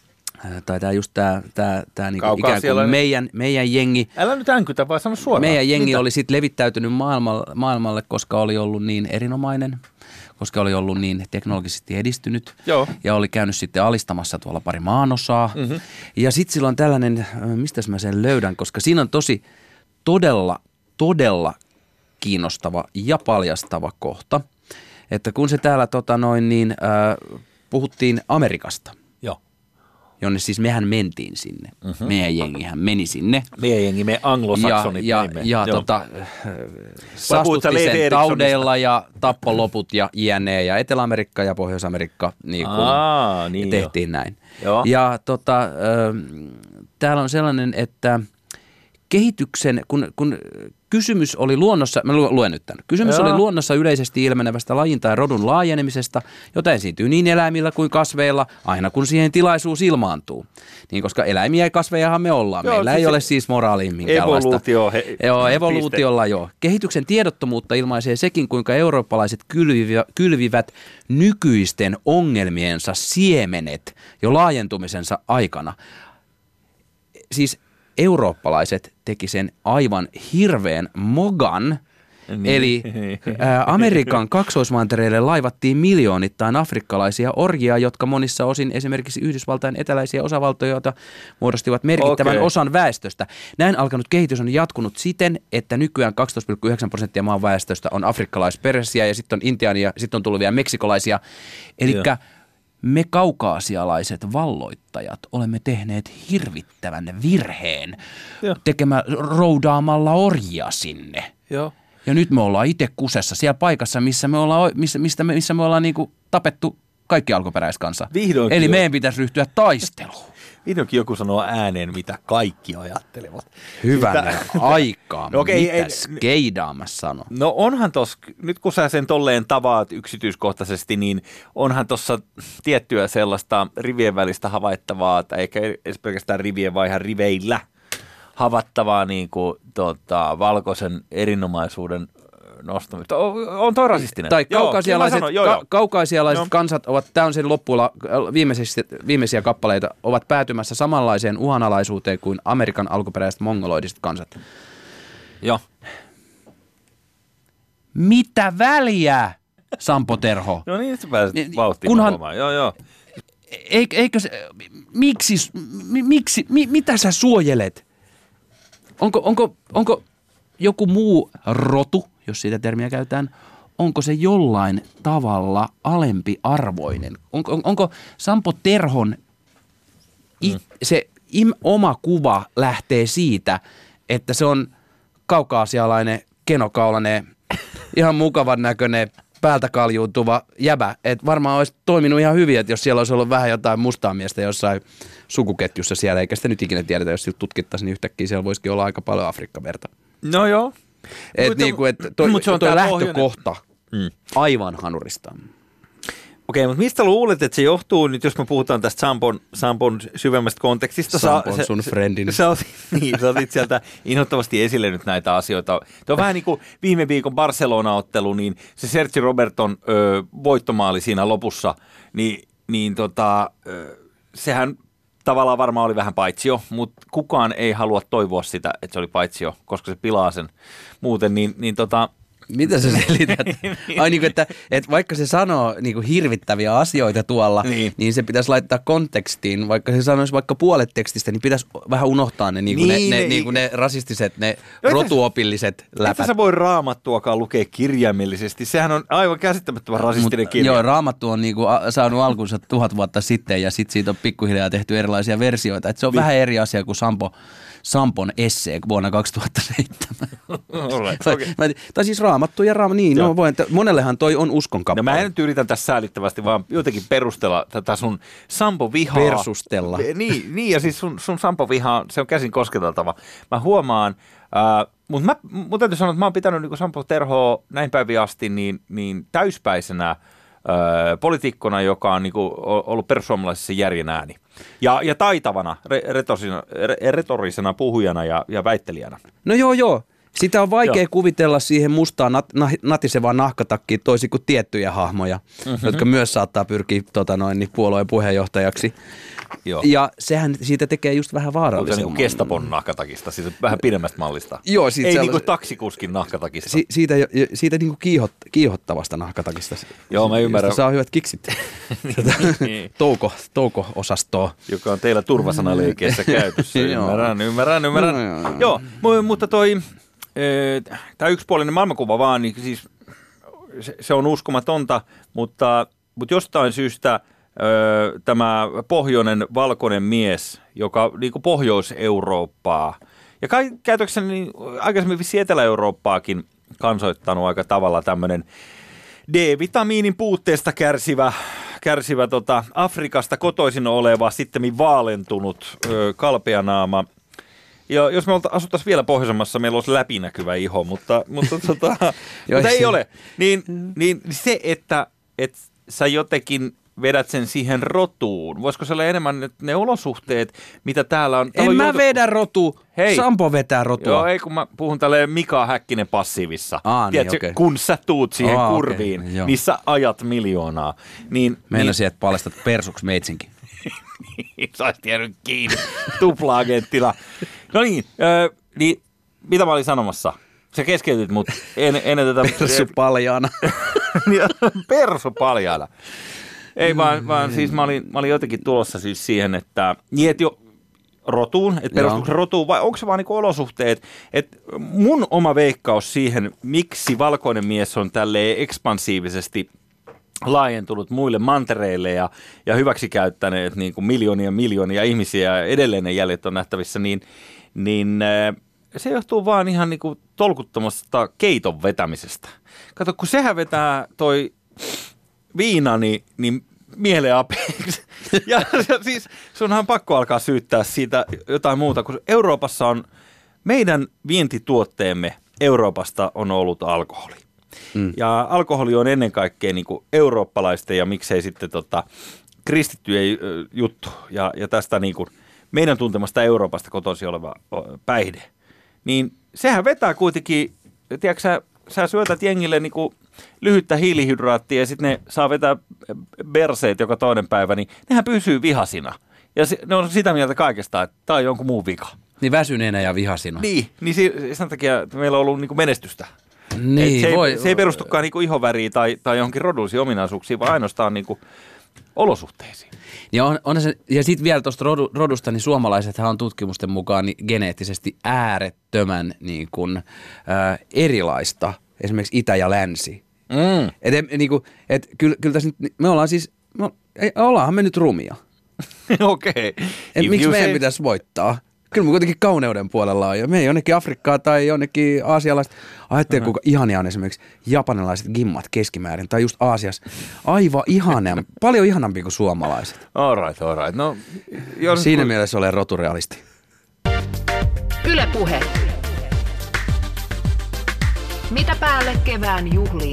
tai tämä just tämä, tämä, tämä niin ikään kuin meidän, meidän jengi. Älä nyt änkytä, vaan sano suoraan. Meidän jengi Mitä? oli sitten levittäytynyt maailmalle, maailmalle, koska oli ollut niin erinomainen, koska oli ollut niin teknologisesti edistynyt. Joo. Ja oli käynyt sitten alistamassa tuolla pari maanosaa. Mm-hmm. Ja sitten sillä on tällainen, mistäs mä sen löydän, koska siinä on tosi todella, todella kiinnostava ja paljastava kohta, että kun se täällä tota noin niin, äh, puhuttiin Amerikasta. Jonne siis mehän mentiin sinne. Mm-hmm. Meidän jengihän meni sinne. Meidän jengi, me anglosaksonit ja, menimme. Ja, ja tota, sastutti sen taudeilla ja tappoi loput ja jne. Ja Etelä-Amerikka ja Pohjois-Amerikka niin kuin Aa, niin tehtiin jo. näin. Joo. Ja tota, äh, täällä on sellainen, että kehityksen, kun, kun kysymys oli luonnossa, mä luen nyt tämän, kysymys Joo. oli luonnossa yleisesti ilmenevästä lajin tai rodun laajenemisesta, jota esiintyy niin eläimillä kuin kasveilla, aina kun siihen tilaisuus ilmaantuu. Niin, koska eläimiä ja kasvejahan me ollaan. Joo, Meillä siis ei ole siis moraaliin minkäänlaista. Evoluutio. He, joo, evoluutiolla joo. Kehityksen tiedottomuutta ilmaisee sekin, kuinka eurooppalaiset kylvivät, kylvivät nykyisten ongelmiensa siemenet jo laajentumisensa aikana. Siis eurooppalaiset teki sen aivan hirveän mogan, niin. eli ä, Amerikan kaksoismantereille laivattiin miljoonittain afrikkalaisia orjia, jotka monissa osin esimerkiksi Yhdysvaltain eteläisiä osavaltioita muodostivat merkittävän okay. osan väestöstä. Näin alkanut kehitys on jatkunut siten, että nykyään kaksitoista pilkku yhdeksän prosenttia maan väestöstä on afrikkalaisperäisiä ja sitten on intiaania, sitten on tullut vielä meksikolaisia. Elikkä me kaukaasialaiset valloittajat olemme tehneet hirvittävän virheen Joo. tekemään, roudaamalla orjia sinne. Joo. Ja nyt me ollaan itse kusessa siellä paikassa, missä me ollaan, missä, mistä me, missä me ollaan niinku tapettu kaikki alkuperäiskansa. Vihdoinkin Eli jo. meidän pitäisi ryhtyä taisteluun. Vihdoinkin joku sanoo ääneen, mitä kaikki ajattelevat. Hyvänä Sitä... aikaa. No okei, mitä ei- Skeidaamas sanoo? No onhan tos, nyt kun sä sen tolleen tavaat yksityiskohtaisesti, niin onhan tossa tiettyä sellaista rivien välistä havaittavaa, tai eikä edes pelkästään rivien, vaan ihan riveillä havaittavaa niin kuin, tota, valkoisen erinomaisuuden nostamista. On, on toi rasistinen. Tai Joo, kaukaisialaiset, kyllä mä sanon, joo, ka- joo. kaukaisialaiset Joo. kansat ovat, tämä on sen loppuilla, viimeisiä, viimeisiä kappaleita, ovat päätymässä samanlaiseen uhanalaisuuteen kuin Amerikan alkuperäiset mongoloidiset kansat. Joo. Mitä väliä, Sampo Terho? No niin, sä pääset Niin, vauhtiin kunhan- huomaan. Joo, joo. Eikö, eikö se, miksi, mi, miksi, mi, mitä sä suojelet? Onko, onko, onko joku muu rotu, jos siitä termiä käytetään, onko se jollain tavalla alempiarvoinen? Onko, on, onko Sampo Terhon i, Mm. se im, oma kuva lähtee siitä, että se on kaukaasialainen, kenokaulainen, ihan mukavan näköinen, päältä kaljuuntuva jäbä. Että varmaan olisi toiminut ihan hyvin, että jos siellä olisi ollut vähän jotain mustaa miestä jossain sukuketjussa siellä, eikä sitä nyt ikinä tiedetä, jos siltä tutkittaisiin, niin yhtäkkiä siellä voisikin olla aika paljon Afrikka-verta. No joo. Et Mutta- niinku, et toi, mut se on toi tää lähtökohta Mm. aivan hanurista. Okei, mutta mistä luulet, että se johtuu nyt, jos me puhutaan tästä Sampon, Sampon syvemmästä kontekstista? Sampon Sä- sun sä- friendin. Sä otit, niin, sä otit sieltä inhottavasti esille nyt näitä asioita. Tuo on vähän niin kuin viime viikon Barcelona-ottelu, niin se Sergi Roberton ö, voittomaali siinä lopussa, niin, niin tota, ö, sehän tavallaan varmaan oli vähän paitsio, mutta kukaan ei halua toivoa sitä, että se oli paitsio, koska se pilaa sen muuten, niin, niin tota... Mitä sä selität? Ai niin kuin, että, että vaikka se sanoo niin kuin hirvittäviä asioita tuolla, Niin. niin. niin se pitäisi laittaa kontekstiin. Vaikka se sanoisi vaikka puolet tekstistä, niin pitäisi vähän unohtaa ne, niin kuin Niin, ne, ne, ne- niin kuin ne rasistiset, ne No, rotuopilliset Että läpät. sä voi raamattuakaan lukea kirjaimellisesti. Sehän on aivan käsittämättömän rasistinen Mut, kirja. joo, Raamattu on niinku a- saanut alkunsa tuhat vuotta sitten ja sitten siitä on pikkuhiljaa tehty erilaisia versioita. Et se on Niin. vähän eri asia kuin Sampo, Sampon essee vuonna kaksituhattaseitsemän. Alright, Tai- okay. mä- Tai siis Raamattu ja Raamattu, niin, Joo. no, voin, että monellehan toi on uskon No kappale. mä en nyt yritän tässä säälittävästi, vaan jotenkin perustella tätä sun Sampo-vihaa. Persustella. Niin, niin ja siis sun, sun Sampo-vihaa, se on käsin kosketeltava. Mä huomaan, äh, mutta mä, mun täytyy sanoa, että mä oon pitänyt niin Sampo Terhoa näin päiviä asti niin, niin täyspäisenä äh, poliitikkona, joka on niin kuin, ollut perussuomalaisessa järjen ääni. Ja, ja taitavana, re, retorisena, re, retorisena puhujana ja, ja väittelijänä. No joo, joo. Sitä on vaikea Joo. kuvitella siihen mustaan nat, na, natisevaan nahkatakkiin toisin kuin tiettyjä hahmoja, mm-hmm. jotka myös saattaa pyrkiä tota noin, niin puolueen puheenjohtajaksi. Joo. Ja sehän siitä tekee just vähän Puhutaan vaarallisemman. niin Gestapon nahkatakista, siitä vähän pidemmästä mallista. Joo, siitä Ei sellais- niin kuin taksikuskin nahkatakista. Si- siitä jo- jo- siitä niinku kiihot, kiihottavasta nahkatakista. Joo, mä ymmärrän. Josta saa hyvät kiksit. Tätä Niin. touko, touko-osastoa. Joka on teillä turvasanaleikeessä käytössä. Joo. Ymmärrän, ymmärrän, ymmärrän. No, joo, joo. Joo, mu- mutta toi, tämä yksipuolinen maailmankuva vaan, niin siis se, se on uskomatonta, mutta, mutta jostain syystä ö, tämä pohjoinen valkoinen mies, joka niin kuin Pohjois-Eurooppaa ja kai, käytökseni niin aikaisemmin vissi Etelä-Eurooppaakin kansoittanut aika tavalla tämmöinen D-vitamiinin puutteesta kärsivä, kärsivä tota, Afrikasta kotoisin oleva, sittemmin vaalentunut ö, kalpeanaama. Ja jos me asuttaisiin vielä pohjoisemmassa, meillä olisi läpinäkyvä iho, mutta, mutta, tota, mutta ei se- ole. Niin, niin se, että, että sä jotenkin vedät sen siihen rotuun, voisiko se olla enemmän ne, ne olosuhteet, mitä täällä on? Täällä En on mä joutu- vedä rotu. Hei. Sampo vetää rotua. Joo, ei kun mä puhun tälleen Mika Häkkinen passiivissa. Aa, niin, Tiedätkö, okei. kun sä tuut siihen Aa, kurviin, okei, joo. niin sä ajat miljoonaa. Niin, Meinasin, että paljastat persuksi meitsinkin. niin sä olisit jäänyt kiinni tupla-agenttina. No niin, äh, niin, mitä mä olin sanomassa? Sä keskeytyt mut en, ennen tätä... Persu paljaana. Persu paljaana. Ei vaan, vaan siis mä olin, mä olin jotenkin tulossa siis siihen, että niin et jo rotuun, että perustuuko se rotuun vai onko se vaan niinku olosuhteet, että mun oma veikkaus siihen, miksi valkoinen mies on tälleen ekspansiivisesti laajentunut muille mantereille ja, ja hyväksikäyttäneet niin kuin miljoonia miljoonia ihmisiä ja edelleen ne jäljet on nähtävissä, niin, niin äh, se johtuu vaan ihan niin kuin tolkuttomasta keiton vetämisestä. Kato, kun sehän vetää toi viina, niin, niin mieleapeeksi. Ja, ja siis sunhan pakko alkaa syyttää siitä jotain muuta, kun Euroopassa on, meidän vientituotteemme Euroopasta on ollut alkoholi. Mm. Ja alkoholi on ennen kaikkea niin kuin eurooppalaisten ja miksei sitten tota, kristittyjen juttu. Ja, ja tästä niin kuin meidän tuntemasta Euroopasta kotoisin oleva päihde. Niin sehän vetää kuitenkin, tiedätkö sä, sä syötät jengille niin kuin lyhyttä hiilihydraattia ja sitten ne saa vetää berseet joka toinen päivä, niin nehän pysyy vihasina. Ja se, ne on sitä mieltä kaikesta, että tämä on jonkun muun vika. Niin väsyneenä ja vihasina. Niin, niin sen takia meillä on ollut niin kuin menestystä. Niin, se, ei, voi, se ei perustukaan niin kuin ihonväriin tai, tai johonkin rodullisiin ominaisuuksiin, vaan ainoastaan niin kuin olosuhteisiin. Ja, on, on se, ja sitten vielä tuosta rodu, rodusta, niin suomalaisethan on tutkimusten mukaan niin geneettisesti äärettömän niin kuin, äh, erilaista, esimerkiksi itä ja länsi. Mm. Et, niin kuin, et, kyllä, kyllä tässä nyt, me ollaan siis, me, ei, ollaanhan me nyt rumia. Okei. Okay. Miksi meidän say... pitäisi voittaa? Kyllä me kuitenkin kauneuden puolella on. Ja me ei jonnekin Afrikkaa tai jonnekin aasialaiset. Ajattelee, kuinka ihania on esimerkiksi japanilaiset gimmat keskimäärin. Tai just Aasiassa. Aivan ihania. Paljon ihanampi kuin suomalaiset. All right, all right. No, jos... Siinä mielessä olen roturealisti. Yle Puhe. Mitä päälle kevään juhliin?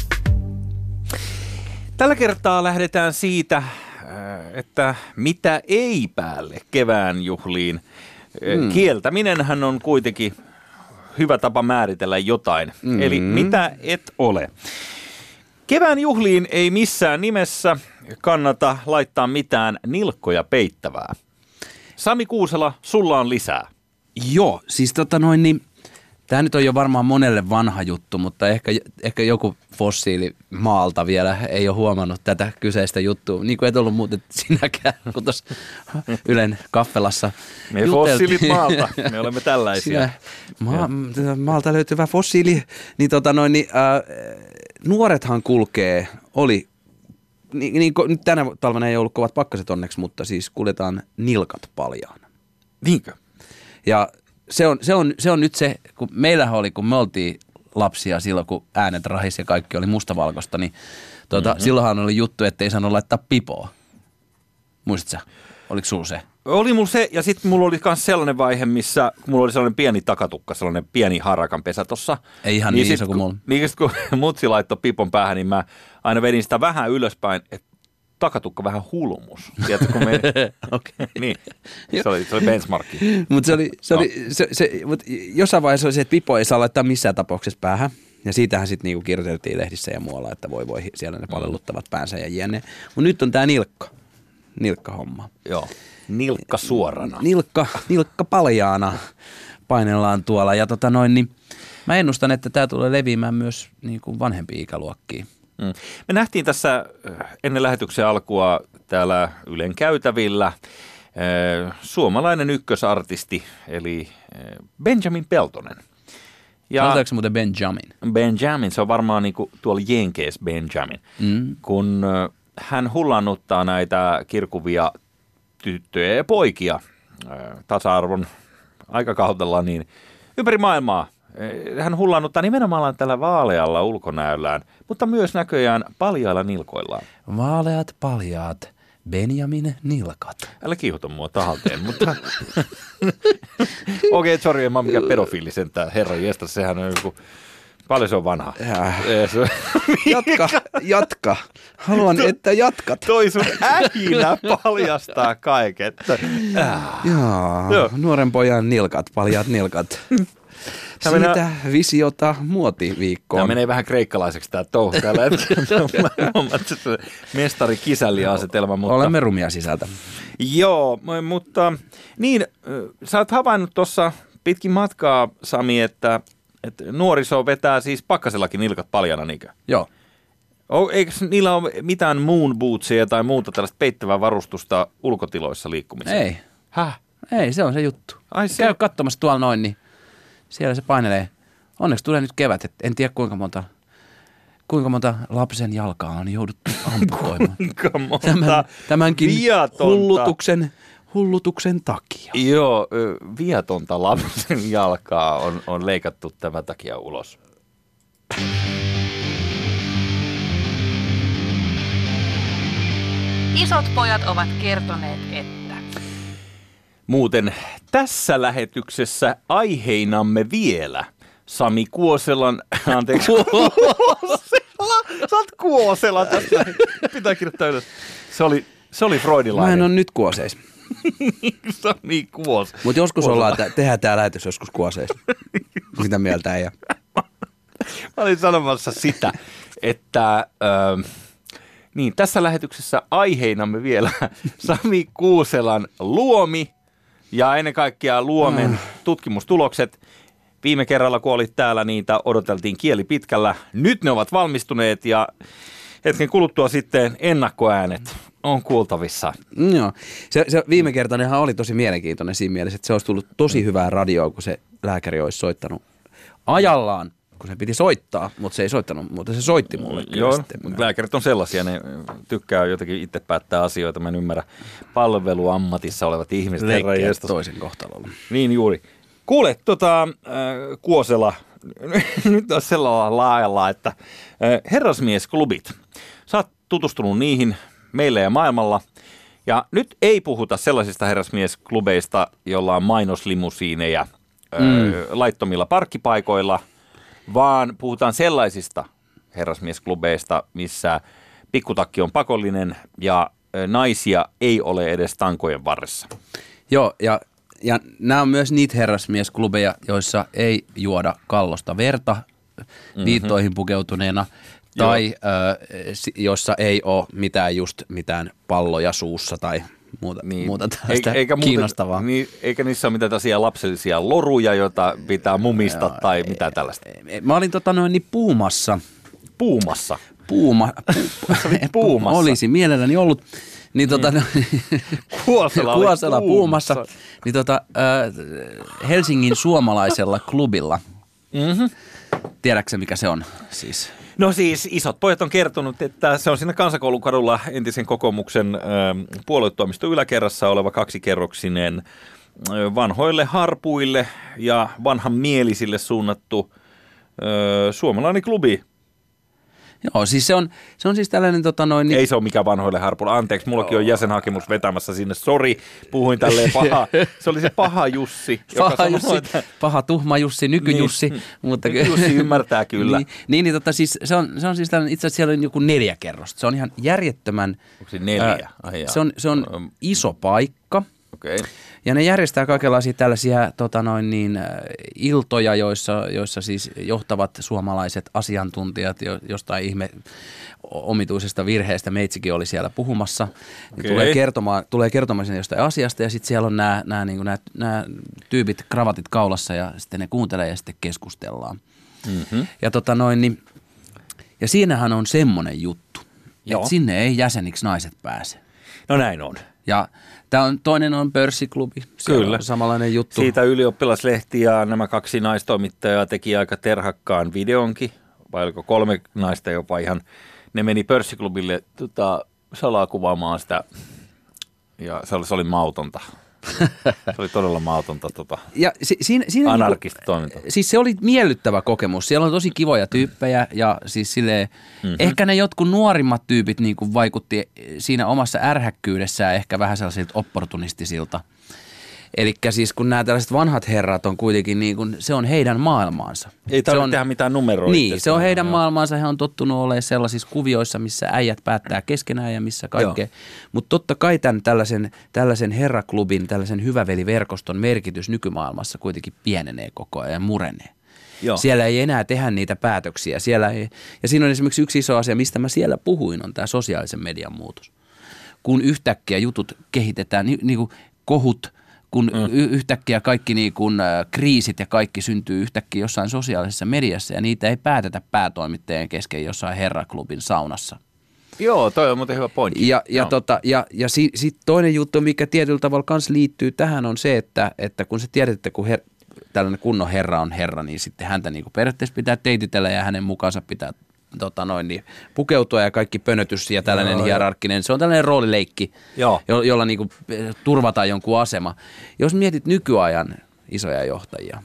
Tällä kertaa lähdetään siitä, että mitä ei päälle kevään juhliin. Hmm. Kieltäminenhän on kuitenkin hyvä tapa määritellä jotain. Hmm. Eli mitä et ole. Kevään juhliin ei missään nimessä kannata laittaa mitään nilkkoja peittävää. Sami Kuusela, sulla on lisää. Joo, siis tota noin niin, tämä nyt on jo varmaan monelle vanha juttu, mutta ehkä, ehkä joku fossiili maalta vielä ei ole huomannut tätä kyseistä juttua. Niin kuin et ollut muuten sinäkään, kun tuossa Ylen kaffelassa me fossiilit maalta, me olemme tällaisia. Ma- maalta löytyvä fossiili. Niin tota noin, niin, äh, nuorethan kulkee, oli, niin, niin, nyt tänä talvena ei ollut kovat pakkaset onneksi, mutta siis kuljetaan nilkat paljaana. Niinkö? Ja Se on, se, on, se on nyt se, kun meillähän oli, kun me oltiin lapsia silloin, kun äänet rahis ja kaikki oli mustavalkoista, niin tuota, mm-hmm. silloinhan oli juttu, että ei saanut laittaa pipoa. Muistatko sä? Oliko sulla se? Oli mulla se, ja sitten mulla oli myös sellainen vaihe, missä mulla oli sellainen pieni takatukka, sellainen pieni harakan pesä tossa. Ei ihan niin, niin iso kuin mulla. Niin kun mutsi laittoi pipon päähän, niin mä aina vedin sitä vähän ylöspäin, että takatukka vähän hulmus. Tiedätkö, kun me... okay. Niin, se oli, se oli benchmarkki. Mutta se oli, se no. oli se, se, mut jossain vaiheessa oli se, että pipo ei saa laittaa missään tapauksessa päähän. Ja siitähän sitten niinku kirjoiteltiin lehdissä ja muualla, että voi voi siellä ne palelluttavat päänsä ja jne. Mutta nyt on tää nilkka. Nilkka-homma. Joo, nilkka suorana. Nilkka, nilkka paljaana painellaan tuolla. Ja tota noin, niin mä ennustan, että tää tulee leviämään myös niinku vanhempiin ikäluokkiin. Mm. Me nähtiin tässä ennen lähetyksen alkua täällä Ylen käytävillä äh, suomalainen ykkösartisti, eli äh, Benjamin Peltonen. Ja sanotaanko muuten Benjamin? Benjamin, se on varmaan niinku tuolla Jenkees Benjamin, mm. kun äh, hän hullannuttaa näitä kirkuvia tyttöjä ja poikia äh, tasa-arvon aikakautella niin ympäri maailmaa. Hän hullannuttaa nimenomaan tällä vaalealla ulkonäöllään, mutta myös näköjään paljailla nilkoillaan. Vaaleat paljaat, Benjamin nilkat. Älä kiihuta mua tahalteen, mutta... Okei, okay, sori, en mä mikään pedofiili sentään. Herra jästä, sehän on joku... Paljon se on vanha. Jatka, jatka. Haluan, to, että jatkat. Toi sun ähinä paljastaa kaiket. Äh. Jaa, Joo. Nuoren pojan nilkat, paljaat nilkat. Tämä Siitä menee, visiota muotiviikkoon. Tämä menee vähän kreikkalaiseksi tämä touhu täällä hetkellä. Mestari kisälli-asetelma. Mutta... Olemme rumia sisältä. Joo, mutta niin, sä oot havainnut tuossa pitkin matkaa, Sami, että, että nuoriso vetää siis pakkasellakin nilkat paljana, niinkö? Joo. Eikö niillä ole mitään moon bootsia tai muuta tällaista peittävää varustusta ulkotiloissa liikkumiseen? Ei. Häh? Ei, se on se juttu. Ai se... Käy katsomassa tuolla noin, niin siellä se painelee. Onneksi tulee nyt kevät, että en tiedä kuinka monta, kuinka monta lapsen jalkaa on jouduttu amputoimaan. Kuinka monta Tämän, tämänkin viatonta. hullutuksen, hullutuksen takia. Joo, viatonta lapsen jalkaa on, on leikattu tämän takia ulos. Isot pojat ovat kertoneet, että... Muuten tässä lähetyksessä aiheinamme vielä Sami Kuoselan, anteeksi, Kuosela, sä oot Kuosela tästä, pitää kirjoittaa ylös. Se oli, se oli freudilainen. Mä en ole nyt kuoseis. Sami Kuos. Mutta joskus Kuosela. Ollaan, että tehdään tää lähetys joskus kuoseis. Mitä mieltä ei. Mä olin sanomassa sitä, että äh, niin, tässä lähetyksessä aiheinamme vielä Sami Kuuselan luomi ja ennen kaikkea luomen tutkimustulokset. Viime kerralla, kun olit täällä, niitä odoteltiin kieli pitkällä. Nyt ne ovat valmistuneet ja hetken kuluttua sitten ennakkoäänet on kuultavissa. Joo. Se, se viime kertainenhan oli tosi mielenkiintoinen siinä mielessä, että se olisi tullut tosi hyvää radioa, kun se lääkäri olisi soittanut ajallaan, kun se piti soittaa, mutta se ei soittanut, mutta se soitti mulle. Joo, mutta lääkärit on sellaisia, ne tykkää jotenkin itse päättää asioita. Mä en ymmärrä palveluammatissa olevat ihmiset. Leikkiä toisen kohtalolla. Niin juuri. Kuule, tota, äh, Kuosela, nyt on sellainen laajalla, että äh, herrasmiesklubit, sä oot tutustunut niihin meillä ja maailmalla. Ja nyt ei puhuta sellaisista herrasmiesklubeista, joilla on mainoslimusiineja mm. äh, laittomilla parkkipaikoilla, vaan puhutaan sellaisista herrasmiesklubeista, missä pikkutakki on pakollinen ja äh, naisia ei ole edes tankojen varressa. Joo, ja Ja nämä on myös niitä herrasmiesklubeja, joissa ei juoda kallosta verta mm-hmm. viittoihin pukeutuneena tai ö, jossa ei ole mitään just mitään palloja suussa tai muuta, niin. muuta tällaista eikä, kiinnostavaa. Muuta, niin, eikä niissä ole mitään tosiaan lapsellisia loruja, joita pitää mumista Joo, tai mitään tällaista. Mä olin tota noin niin puumassa. Puumassa? Puuma. Puumassa. Olisi mielelläni ollut. Niin tota, mm. Kuosela, Kuosela puumassa. puumassa. Niin tota, äh, Helsingin suomalaisella klubilla. Mm-hmm. Tiedätkö mikä se on siis? No siis isot pojat on kertonut, että se on siinä Kansakoulukadulla entisen kokoomuksen äh, puoluetoimiston yläkerrassa oleva kaksikerroksinen äh, vanhoille harpuille ja vanhanmielisille suunnattu äh, suomalainen klubi. Joo, siis se on, se on siis tällainen tota noin... Niin... Ei se ole mikään vanhoille harpuille. Anteeksi, mullakin on jäsenhakemus vetämässä sinne. Sori, puhuin tälleen paha. Se oli se paha Jussi. Paha joka Jussi, sanoi, että... paha tuhma Jussi, nyky-Jussi. Niin, mutta... Jussi ymmärtää kyllä. niin, niin, niin tota siis se on, se on siis tällainen, itse asiassa siellä on joku neljä kerrosta. Se on ihan järjettömän... Onko se neljä? Äh, se on, se on um, iso paikka. Okei. Okay. Ja ne järjestää kaikenlaisia tällaisia tota noin niin, äh, iltoja, joissa, joissa siis johtavat suomalaiset asiantuntijat jo, jostain ihme omituisesta virheestä. Meitsikin oli siellä puhumassa. Okay. Tulee kertomaan, tulee kertomaan sinne jostain asiasta ja sitten siellä on nämä, nämä, niin nämä, nämä tyypit kravatit kaulassa ja sitten ne kuuntelee ja sitten keskustellaan. Mm-hmm. Ja, tota noin, niin, ja siinähän on semmoinen juttu, Joo. että sinne ei jäseniksi naiset pääse. No näin on. Ja tämä on, toinen on pörssiklubi, Kyllä. On samanlainen juttu. Siitä ylioppilaslehti ja nämä kaksi naistoimittajaa teki aika terhakkaan videonkin, vai oliko kolme naista jopa ihan, ne meni pörssiklubille tota, salaa kuvaamaan sitä, ja se oli, se oli mautonta. Se oli todella mautonta tota, ja si, siinä, siinä anarkista toimintaa. Siis se oli miellyttävä kokemus. Siellä on tosi kivoja tyyppejä ja siis silleen, mm-hmm. ehkä ne jotkut nuorimmat tyypit niin kuin vaikutti siinä omassa ärhäkkyydessään ehkä vähän sellaisilta opportunistisilta. Eli siis kun nämä tällaiset vanhat herrat on kuitenkin niin kuin, se on heidän maailmaansa. Ei tarvitse tehdä mitään numeroita. Niin, se on heidän joo. maailmaansa. He on tottunut olemaan sellaisissa kuvioissa, missä äijät päättää keskenään ja missä kaikkea. Mutta totta kai tämän tällaisen, tällaisen herraklubin, tällaisen hyväveliverkoston merkitys nykymaailmassa kuitenkin pienenee koko ajan ja murenee. Joo. Siellä ei enää tehdä niitä päätöksiä. Siellä ei, ja siinä on esimerkiksi yksi iso asia, mistä mä siellä puhuin, on tämä sosiaalisen median muutos. Kun yhtäkkiä jutut kehitetään, niin, niin kuin kohut, kun mm. y- yhtäkkiä kaikki niin kun, ä, kriisit ja kaikki syntyy yhtäkkiä jossain sosiaalisessa mediassa ja niitä ei päätetä päätoimittajien kesken jossain herraklubin saunassa. Joo, toi on muuten hyvä pointti. Ja, ja, tota, ja, ja si- sitten toinen juttu, mikä tietyllä tavalla myös liittyy tähän on se, että, että kun sä tiedät, että kun her- tällainen kunnon herra on herra, niin sitten häntä niin kuin periaatteessa pitää teititellä ja hänen mukaansa pitää tota noin, niin, pukeutua ja kaikki pönötys ja tällainen joo, hierarkkinen. Se on tällainen roolileikki, jo, jolla niin kuin turvataan jonkun asema. Jos mietit nykyajan isoja johtajia,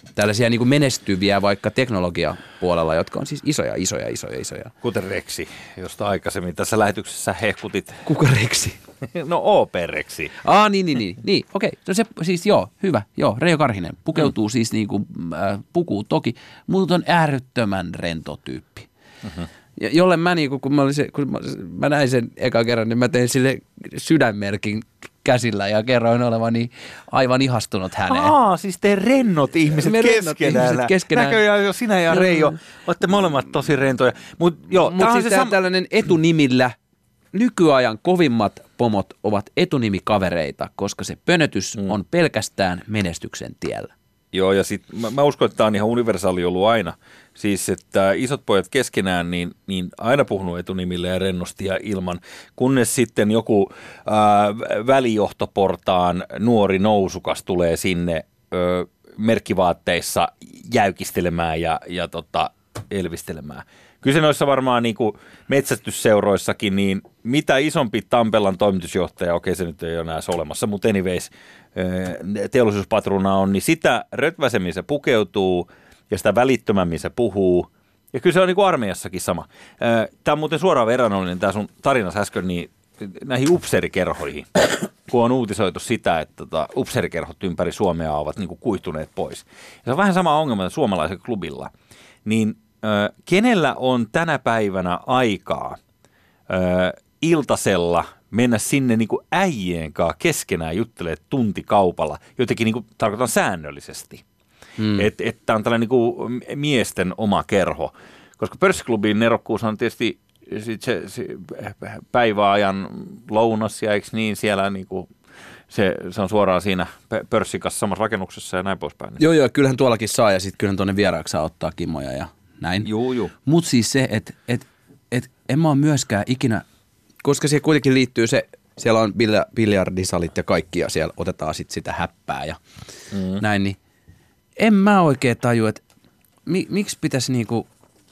tällaisia niin kuin menestyviä vaikka teknologiapuolella, jotka on siis isoja, isoja, isoja, isoja. Kuten Rexi, josta aikaisemmin tässä lähetyksessä hehkutit. Kuka Rexi? No O P-Rexi. Aa, niin, niin, niin, niin. okei. No se siis joo, hyvä, joo, Reijo Karhinen pukeutuu mm. siis niin kuin, äh, pukuu toki, mutta on äärettömän rento tyyppi. Mm-hmm. Jolle mä, niin kun, mä se, kun mä, mä näin sen eka kerran, niin mä tein sille sydänmerkin käsillä ja kerroin olevani aivan ihastunut häneen. Aa, siis te rennot ihmiset Me rennot keskenään. ihmiset keskenään. Näköjään jo sinä ja Reijo, olette molemmat tosi rentoja. Mutta joo, Mut siis se sam- tällainen etunimillä, nykyajan kovimmat pomot ovat etunimikavereita, koska se pönötys mm. on pelkästään menestyksen tiellä. Joo, ja sit mä, mä uskon, että tämä on ihan universaali ollut aina. Siis, että isot pojat keskenään, niin, niin aina puhunut etunimille ja rennosti ja ilman, kunnes sitten joku ää, välijohtoportaan nuori nousukas tulee sinne ö, merkkivaatteissa jäykistelemään ja, ja tota, elvistelemään. Kyllä se noissa varmaan niin kuin metsästysseuroissakin, niin mitä isompi Tampelan toimitusjohtaja, okei se nyt ei ole enää olemassa, mutta anyways, teollisuuspatruuna on, niin sitä rötväsemmin se pukeutuu ja sitä välittömämmin se puhuu. Ja kyllä se on niin kuin armeijassakin sama. Tämä on muuten suoraan verrannollinen, tämä sun tarinas äsken, niin näihin upseerikerhoihin, kun on uutisoitu sitä, että tota, upseerikerhot ympäri Suomea ovat niin kuin kuihtuneet pois. Ja se on vähän sama ongelma suomalaisella klubilla. Niin ö, kenellä on tänä päivänä aikaa ö, iltasella mennä sinne niin kuin äijien kanssa keskenään juttelemaan tuntikaupalla, jotenkin niin kuin tarkoitan säännöllisesti. Hmm. Että et tämä on tällainen niin kuin miesten oma kerho, koska pörssiklubin nerokkuus on tietysti sit se, se päiväajan lounas ja eikö niin siellä niin kuin se, se on suoraan siinä pörssikassa samassa rakennuksessa ja näin poispäin. Joo, joo, kyllähän tuollakin saa ja sitten kyllähän tuonne vieraaksi saa ottaa kimmoja ja näin. Joo, joo. Mutta siis se, että et, et en mä ole myöskään ikinä, koska siihen kuitenkin liittyy se, siellä on biljardisalit ja kaikki ja siellä otetaan sitten sitä häppää ja mm. näin, niin en mä oikein taju, että mi, miksi pitäisi niinku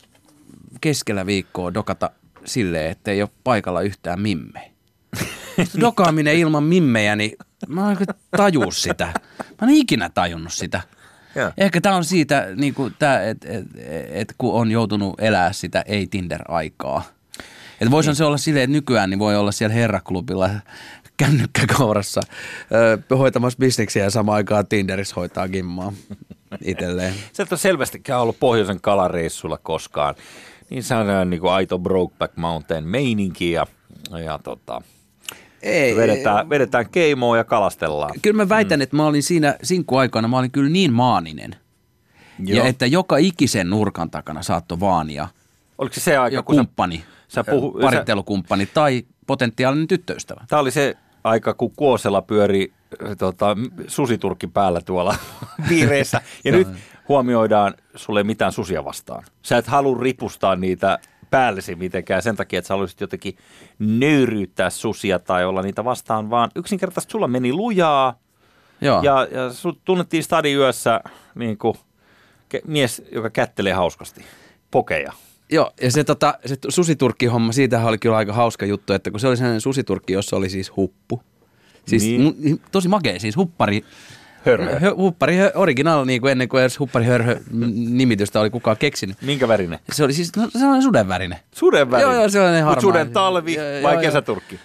keskellä viikkoa dokata silleen, että ei ole paikalla yhtään mimmejä. Dokaaminen ilman mimmejä, niin mä en oikein tajua sitä. Mä en ikinä tajunnut sitä. Ja. Ehkä tää on siitä, niinku, että et, et, kun on joutunut elää sitä ei-Tinder-aikaa. Että voisihan niin. Se olla silleen, että nykyään niin voi olla siellä herraklubilla kännykkäkourassa ö, hoitamassa bisneksiä ja samaan aikaan Tinderissä hoitaa gimmaa itselleen. Sä et ole selvästikään ollut pohjoisen kalareissulla koskaan. Niin se on niin kuin aito Brokeback Mountain meininki ja, ja tota, ei, vedetään, vedetään keimoa ja kalastellaan. Kyllä mä väitän, mm. että mä olin siinä sinkkuaikana, mä olin kyllä niin maaninen. Joo. Ja että joka ikisen nurkan takana saattoi vaania. Oliko se se aika, ja kumppani, sä, sä puhu, parittelukumppani sä, tai potentiaalinen tyttöystävä. Tämä oli se aika, kun Kuosela pyöri tota, susiturkki päällä tuolla viireessä. Ja nyt huomioidaan, sulle ei mitään susia vastaan. Sä et halua ripustaa niitä päällesi mitenkään sen takia, että sä haluaisit jotenkin nöyryyttää susia tai olla niitä vastaan, vaan yksinkertaisesti sulla meni lujaa. Joo. Ja, ja sut tunnettiin stadiyössä niin kuin ke, mies, joka kättelee hauskasti. Pokeja. Joo, ja se, tota, se susiturkki-homma, siitähän oli kyllä aika hauska juttu, että kun se oli sellainen susiturkki, jossa oli siis huppu. Siis niin. Tosi makea, siis huppari. Hörhö. Hö, huppari hö, original, niin kuin ennen kuin edes huppari hörhö nimitystä oli kukaan keksinyt. Minkä värinen? Se oli siis no, sellainen sudenvärinen. Sudenvärinen? Joo, joo, sellainen harmaa. Mut suden talvi joo, vai joo, kesäturkki?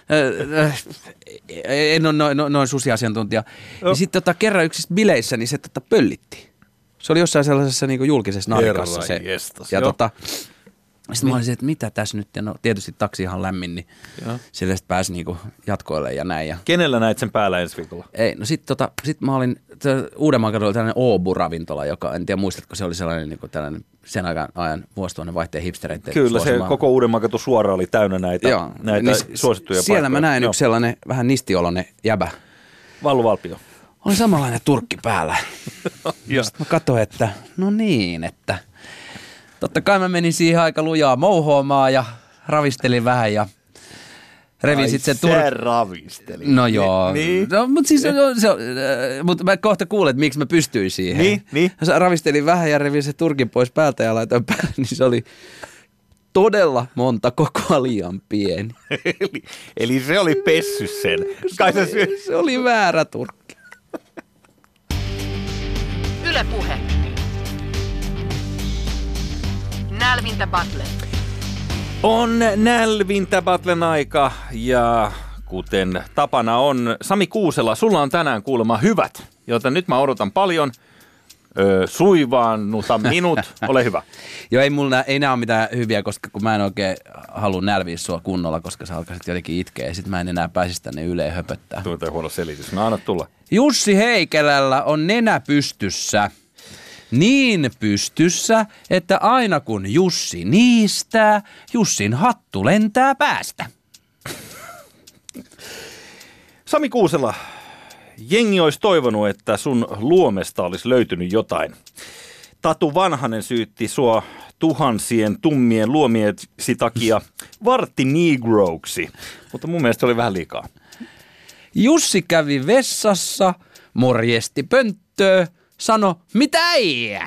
En ole noin no, no, susiasiantuntija. No. Ja sitten tota, kerran yksissä bileissä, niin se tota, pöllitti. Se oli jossain sellaisessa niin kuin julkisessa narikassa se. Jestas, ja tota, sitten mä olisin, että mitä tässä nyt, ja no tietysti taksi ihan lämmin, niin sille sitten pääsi niinku jatkoille ja näin. Ja kenellä näit sen päällä ensi viikolla? Ei, no sitten tota, sit mä olin, Uudenmaan kadulla tällainen Oobu-ravintola, joka, en tiedä muistatko, se oli sellainen niinku tällainen sen ajan, ajan vuosituhannen vaihteen hipstereiden Kyllä, suosima. Se koko Uudenmaan katu suora oli täynnä näitä, Joo, näitä niin suosittuja siellä paikkoja. Mä näin Joo. yksi sellainen vähän nistioloinen jäbä. Vallu Valpio. Oli samanlainen turkki päällä. Sitten mä katsoin, että no niin, että totta kai mä menin siihen aika lujaa mouhoamaan ja ravistelin vähän ja revin sitten sen turkin. Ai ravisteli. No joo. Niin. No, mutta siis, no, se, äh, mutta mä kohta kuulen, että miksi mä pystyin siihen. Niin, niin. Ravistelin vähän ja revin sen turkin pois päältä ja laitoin päälle, niin se oli todella monta kokoa liian pieni. eli, eli se oli pessy sen. Kai se, se, se oli väärä turkki. Yle Puhe. Nälvintä Battle. On nälvintä battlen aika ja kuten tapana on, Sami Kuusela, sulla on tänään kuulemma hyvät, joten nyt mä odotan paljon. Öö, suivaannuta minut, ole hyvä. Joo, ei mulla ei nää ole mitään hyviä, koska kun mä en oikein halua nälviä sua kunnolla, koska sä alkaisit jotenkin itkeä ja sit mä en enää pääsisi tänne yleen höpöttää. Tuo huono selitys, mä annan tulla. Jussi Heikelällä on nenä pystyssä. Niin pystyssä, että aina kun Jussi niistää, Jussin hattu lentää päästä. Sami Kuusela, jengi olisi toivonut, että sun luomesta olisi löytynyt jotain. Tatu Vanhanen syytti sua tuhansien tummien luomiesi takia vartti negroiksi, mutta mun mielestä se oli vähän liikaa. Jussi kävi vessassa, morjesti pönttöä, sano mitä ei.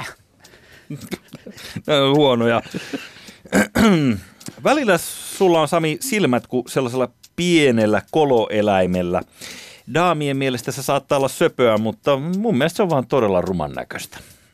Huonoja. Välillä sulla on, Sami, silmät kuin sellaisella pienellä koloeläimellä. Daamien mielestä se saattaa olla söpöä, mutta mun mielestä se on vaan todella ruman näköistä.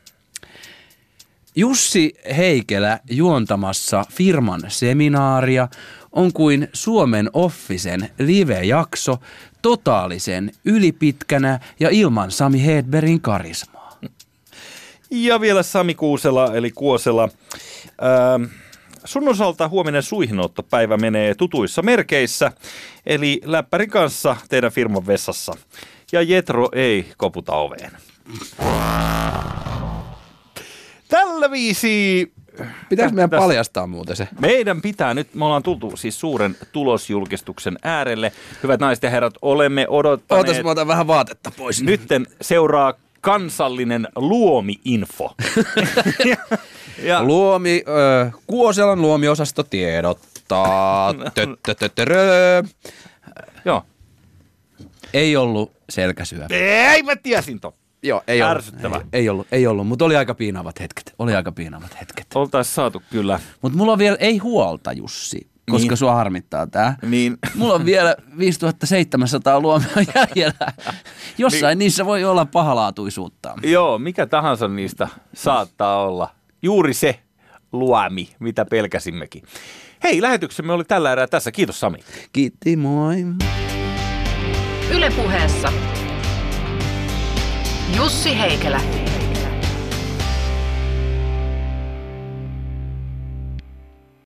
Jussi Heikelä juontamassa firman seminaaria on kuin Suomen Officen live-jakso totaalisen ylipitkänä ja ilman Sami Hedbergin karismaa. Ja vielä Sami Kuusela, eli Kuosela. Ähm, sun osalta huominen suihinottopäivä menee tutuissa merkeissä, eli läppärin kanssa teidän firman vessassa. Ja Jetro ei koputa oveen. Tällä viisi... Pitäis meidän Täs... paljastaa muuten se? Meidän pitää nyt, me ollaan tultu siis suuren tulosjulkistuksen äärelle. Hyvät naiset ja herrat, olemme odottaneet... Ootas, mä otan vähän vaatetta pois. Nytten seuraa kansallinen luomi-info. ja, ja... Luomi, äh, Kuoselan luomiosasto tiedottaa. Töttötötörö. Joo. Ei ollut selkäsyöpä. Ei, mä tiesin ton. Joo, ei ollut. Ärsyttävä. Ei, ei ollut, ei ollut, mutta oli aika piinaavat hetket. Oli aika piinaavat hetket. Oltais saatu kyllä. Mutta mulla on vielä, ei huolta Jussi, koska niin. Sua harmittaa tää. Niin. Mulla on vielä viisituhattaseitsemänsataa luomia jäljellä. Jossain niin. Niissä voi olla pahalaatuisuutta. Joo, mikä tahansa niistä saattaa olla. Juuri se luomi, mitä pelkäsimmekin. Hei, lähetyksemme oli tällä erää tässä. Kiitos, Sami. Kiitti, moi. Yle Puheessa Jussi Heikelä.